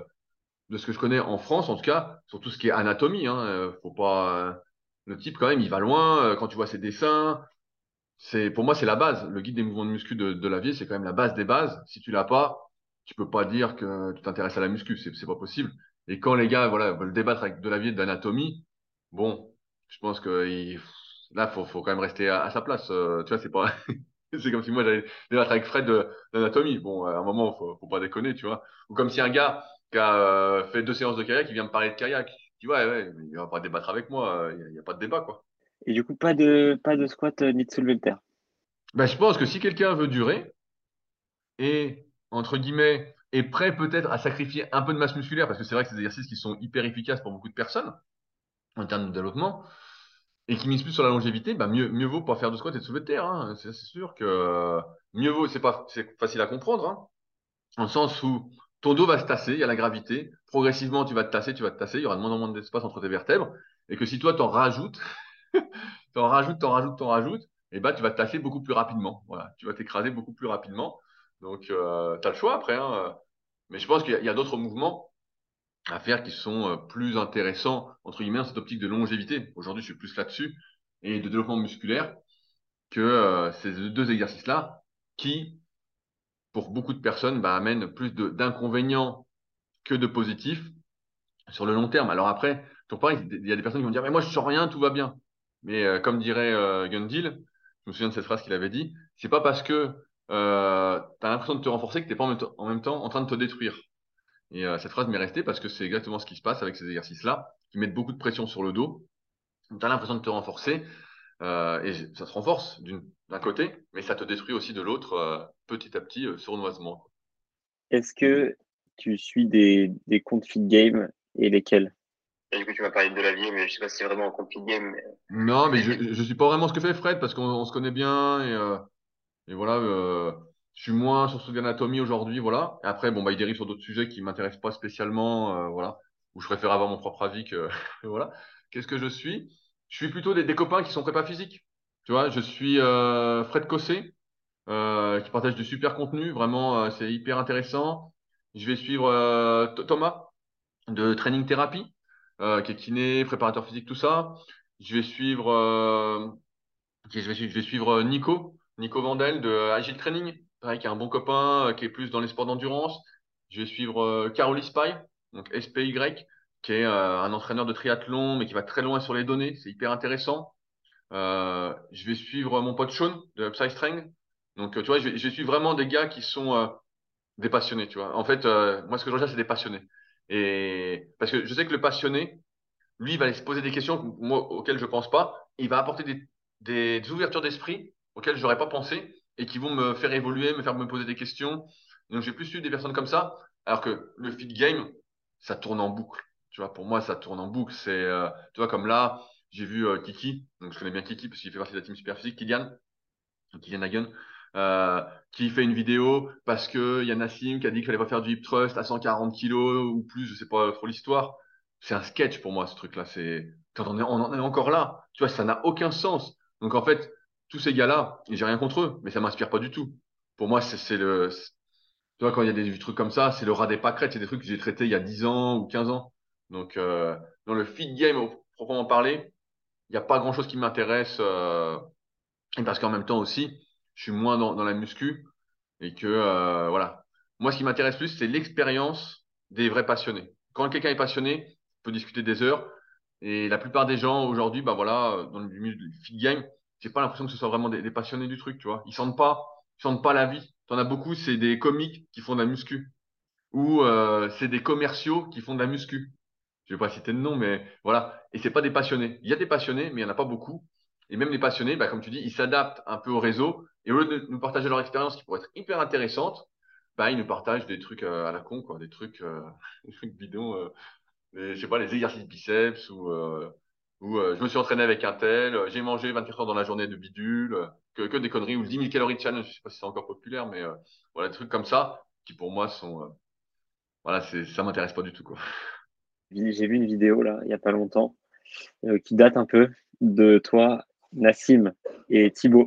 de ce que je connais en France, en tout cas, sur tout ce qui est anatomie. Hein. Faut pas, le type, quand même, il va loin. Quand tu vois ses dessins, pour moi, c'est la base. Le guide des mouvements de muscu de la vie, c'est quand même la base des bases. Si tu l'as pas, tu peux pas dire que tu t'intéresses à la muscu. C'est pas possible. Et quand les gars, voilà, veulent débattre avec de la vie et d'anatomie, bon, je pense que là, faut quand même rester à sa place. Tu vois, c'est pas, c'est comme si moi j'allais débattre avec Fred d'anatomie. Bon, à un moment, faut pas déconner, tu vois. Ou comme si un gars qui a fait 2 séances de kayak, il vient me parler de kayak. Tu vois, ouais, mais il va pas débattre avec moi. Il y a pas de débat, quoi. Et du coup, pas de squat ni de soulevé de terre. Ben, je pense que si quelqu'un veut durer, et, entre guillemets, est prêt peut-être à sacrifier un peu de masse musculaire, parce que c'est vrai que c'est des exercices qui sont hyper efficaces pour beaucoup de personnes en termes de développement, et qui misent plus sur la longévité, bah mieux vaut pas faire de squat et de soulevé de terre. Hein. C'est sûr que mieux vaut, c'est facile à comprendre, hein, dans le sens où ton dos va se tasser, il y a la gravité, progressivement tu vas te tasser, il y aura de moins en moins d'espace entre tes vertèbres, et que si toi t'en rajoutes, t'en rajoutes, et bah tu vas te tasser beaucoup plus rapidement. Voilà, tu vas t'écraser beaucoup plus rapidement. Donc tu as le choix après, hein. Mais je pense qu'il y a d'autres mouvements à faire qui sont plus intéressants, entre guillemets, dans cette optique de longévité. Aujourd'hui, je suis plus là-dessus, et de développement musculaire, que ces deux exercices-là, qui, pour beaucoup de personnes, bah, amènent plus d'inconvénients que de positifs sur le long terme. Alors après, toujours pareil, il y a des personnes qui vont dire, mais moi, je sens rien, tout va bien. Mais comme dirait Gundil, je me souviens de cette phrase qu'il avait dit, c'est pas parce que tu as l'impression de te renforcer que tu n'es pas en même temps en train de te détruire. Et cette phrase m'est restée parce que c'est exactement ce qui se passe avec ces exercices-là, qui mettent beaucoup de pression sur le dos Tu as l'impression de te renforcer et ça se renforce d'un côté, mais ça te détruit aussi de l'autre petit à petit, sournoisement. Est-ce que tu suis des comptes feed game et lesquels? Et du coup, tu m'as parlé de la vie, mais je sais pas si c'est vraiment un compte feed game. Non, mais je suis pas vraiment ce que fait Fred parce qu'on se connaît bien et voilà, je suis moins sur Studio Anatomy aujourd'hui, voilà. Et après, bon, bah, il dérive sur d'autres sujets qui m'intéressent pas spécialement, voilà, où je préfère avoir mon propre avis que, voilà. Qu'est-ce que je suis? Je suis plutôt des copains qui sont prépa physique. Tu vois, je suis Fred Cossé, qui partage du super contenu, vraiment, c'est hyper intéressant. Je vais suivre Thomas de Training Therapy, qui est kiné, préparateur physique, tout ça. Je vais suivre je vais suivre Nico Vandel de Agile Training, pareil, qui est un bon copain, qui est plus dans les sports d'endurance. Je vais suivre Caroli Spy, donc SPY, qui est un entraîneur de triathlon, mais qui va très loin sur les données. C'est hyper intéressant. Je vais suivre mon pote Sean de Upside Strength. Donc, tu vois, je vais suivre vraiment des gars qui sont des passionnés, tu vois. En fait, moi, ce que je recherche, c'est des passionnés. Et parce que je sais que le passionné, lui, il va aller se poser des questions moi, auxquelles je pense pas. Il va apporter des ouvertures d'esprit auxquelles j'aurais pas pensé et qui vont me faire évoluer, me faire me poser des questions. Donc, j'ai plus eu des personnes comme ça. Alors que le feed game, ça tourne en boucle. Tu vois, pour moi, ça tourne en boucle. Tu vois, comme là, j'ai vu Kiki. Donc, je connais bien Kiki parce qu'il fait partie de la team Superphysique. Kylian Hagen, euh, qui fait une vidéo parce que il y a Nassim qui a dit qu'il fallait pas faire du hip thrust à 140 kilos ou plus, je sais pas trop l'histoire. C'est un sketch pour moi, ce truc-là. Quand on en est encore là. Tu vois, ça n'a aucun sens. Donc, en fait, tous ces gars-là, et j'ai rien contre eux, mais ça m'inspire pas du tout. Pour moi, tu vois, quand il y a des trucs comme ça, c'est le rat des pâquerettes. C'est des trucs que j'ai traités il y a 10 ans ou 15 ans. Donc, dans le feed game, proprement parler, il n'y a pas grand-chose qui m'intéresse. Et parce qu'en même temps aussi, je suis moins dans la muscu et que voilà. Moi, ce qui m'intéresse plus, c'est l'expérience des vrais passionnés. Quand quelqu'un est passionné, on peut discuter des heures. Et la plupart des gens aujourd'hui, bah voilà, dans le milieu du feed game, j'ai pas l'impression que ce soit vraiment des passionnés du truc, tu vois. Ils sentent pas la vie. T'en as beaucoup, c'est des comiques qui font de la muscu ou c'est des commerciaux qui font de la muscu. Je vais pas citer de nom, mais voilà. Et c'est pas des passionnés. Il y a des passionnés, mais il y en a pas beaucoup. Et même les passionnés, bah, comme tu dis, ils s'adaptent un peu au réseau. Et au lieu de nous partager leur expérience qui pourrait être hyper intéressante, bah, ils nous partagent des trucs à la con, quoi, des trucs bidons, je sais pas, les exercices biceps ou je me suis entraîné avec un tel, j'ai mangé 24 heures dans la journée de bidule, que des conneries ou le 10 000 calories challenge, je sais pas si c'est encore populaire, mais voilà, des trucs comme ça qui pour moi sont, voilà, ça m'intéresse pas du tout, quoi. J'ai vu une vidéo là, il y a pas longtemps, qui date un peu de toi, Nassim et Thibaut,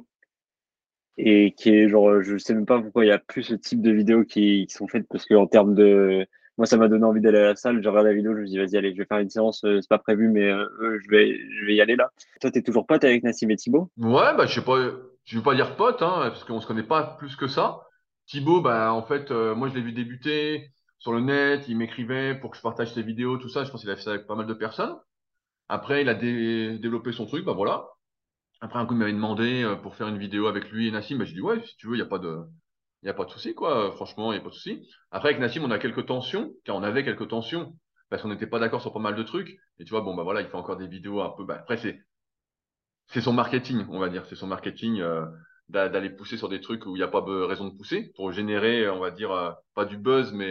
et qui est genre, je sais même pas pourquoi il y a plus ce type de vidéos qui sont faites parce que en termes de, moi ça m'a donné envie d'aller à la salle. Je regarde la vidéo, je me dis vas-y allez, je vais faire une séance, c'est pas prévu mais je vais y aller là. Toi t'es toujours pote avec Nassim et Thibaut? Ouais, bah, je sais pas, je veux pas dire pote, hein, parce qu'on se connaît pas plus que ça. Thibaut, bah, en fait, moi, je l'ai vu débuter sur le net, il m'écrivait pour que je partage ses vidéos, tout ça. Je pense qu'il a fait ça avec pas mal de personnes. Après, il a développé son truc, bah voilà. Après, un coup, il m'avait demandé pour faire une vidéo avec lui et Nassim, bah, j'ai dit, ouais, si tu veux, il y a pas de souci, quoi. Franchement, il y a pas de souci. Après, avec Nassim, on a quelques tensions, car on avait quelques tensions, parce qu'on n'était pas d'accord sur pas mal de trucs. Et tu vois, bon, bah voilà, il fait encore des vidéos un peu, bah, après, c'est son marketing, on va dire. C'est son marketing d'aller pousser sur des trucs où il n'y a pas raison de pousser pour générer, on va dire, pas du buzz, mais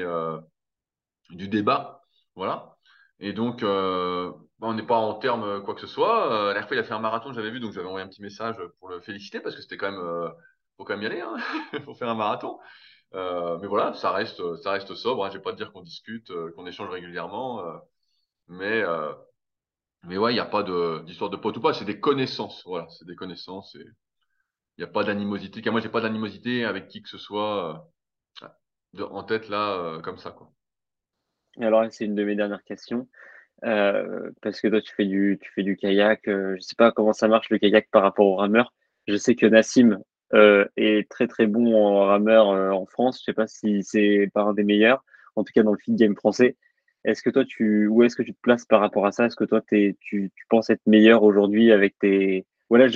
du débat. Voilà. Et donc, bah, on n'est pas en termes quoi que ce soit. La dernière fois, il a fait un marathon, j'avais vu, donc j'avais envoyé un petit message pour le féliciter parce que c'était quand même, faut quand même y aller, hein, pour faire un marathon. Mais voilà, ça reste sobre. Hein. Je vais pas te dire qu'on discute, qu'on échange régulièrement, mais mais ouais, il n'y a pas d'histoire de pote ou pas. C'est des connaissances. Voilà, c'est des connaissances. Et il n'y a pas d'animosité. Car moi, j'ai pas d'animosité avec qui que ce soit en tête là, comme ça, quoi. Et alors c'est une de mes dernières questions. Parce que toi, tu fais du kayak. Je sais pas comment ça marche le kayak par rapport au rameur. Je sais que Nassim est très très bon en rameur en France. Je sais pas si c'est pas un des meilleurs, en tout cas dans le feed game français. Où est-ce que tu te places par rapport à ça? Est-ce que toi, tu penses être meilleur aujourd'hui avec tes. Voilà,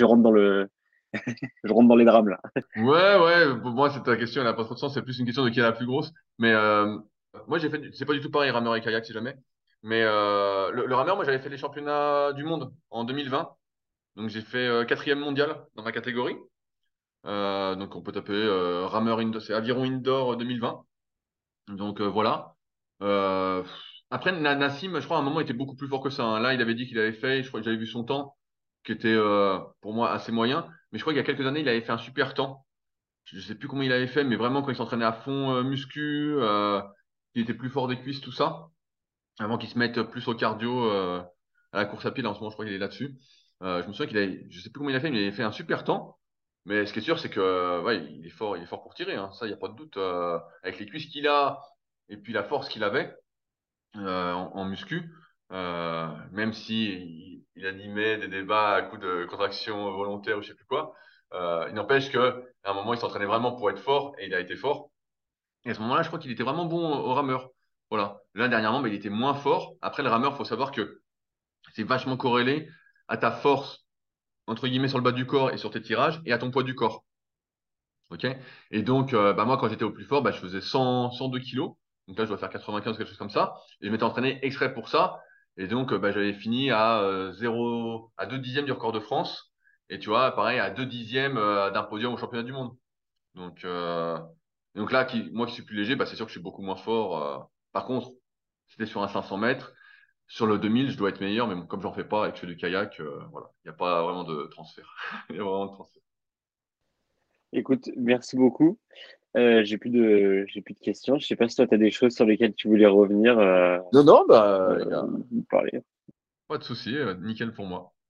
je rentre dans les drames là. Ouais, ouais, pour moi, c'est ta question, elle n'a pas trop de sens. C'est plus une question de qui est la plus grosse. Mais moi, c'est pas du tout pareil, rameur et kayak, si jamais. Mais le rameur, moi, j'avais fait les championnats du monde en 2020. Donc, j'ai fait quatrième mondial dans ma catégorie. Donc, on peut taper rameur indoor, c'est aviron indoor 2020. Donc, voilà. Euh, Après, Nassim, je crois, à un moment, était beaucoup plus fort que ça, hein. Là, il avait dit qu'il avait fait, je crois que j'avais vu son temps, qui était pour moi assez moyen. Mais je crois qu'il y a quelques années, il avait fait un super temps. Je sais plus comment il avait fait, mais vraiment, quand il s'entraînait à fond muscu, il était plus fort des cuisses, tout ça avant qu'il se mette plus au cardio à la course à pied. Là, en ce moment, je crois qu'il est là-dessus. Je me souviens qu'il avait, je sais plus comment il a fait, mais il avait fait un super temps. Mais ce qui est sûr, c'est que ouais, il est fort pour tirer, hein. Ça, il n'y a pas de doute. Avec les cuisses qu'il a et puis la force qu'il avait en muscu, même si il animait des débats à coups de contraction volontaire ou je sais plus quoi, il n'empêche que à un moment, il s'entraînait vraiment pour être fort et il a été fort. Et à ce moment-là, je crois qu'il était vraiment bon au rameur. Voilà. Là, dernièrement, mais il était moins fort. Après, le rameur, faut savoir que c'est vachement corrélé à ta force, entre guillemets, sur le bas du corps et sur tes tirages, et à ton poids du corps. OK? Et donc, bah, moi, quand j'étais au plus fort, bah, je faisais 102 kilos. Donc là, je dois faire 95, quelque chose comme ça. Et je m'étais entraîné exprès pour ça. Et donc, bah, j'avais fini à 0, à 2 dixièmes du record de France. Et tu vois, pareil, à 2 dixièmes d'un podium au championnat du monde. Donc, là, moi qui suis plus léger, bah, c'est sûr que je suis beaucoup moins fort. Par contre, c'était sur un 500 mètres. Sur le 2000, je dois être meilleur, mais bon, comme j'en fais pas et que je fais du kayak, voilà, il n'y a pas vraiment de transfert. Il y a vraiment de transfert. Écoute, merci beaucoup. J'ai plus de questions. Je sais pas si toi, tu as des choses sur lesquelles tu voulais revenir Non, non, bah, il y a ou parler. pas de souci, nickel pour moi.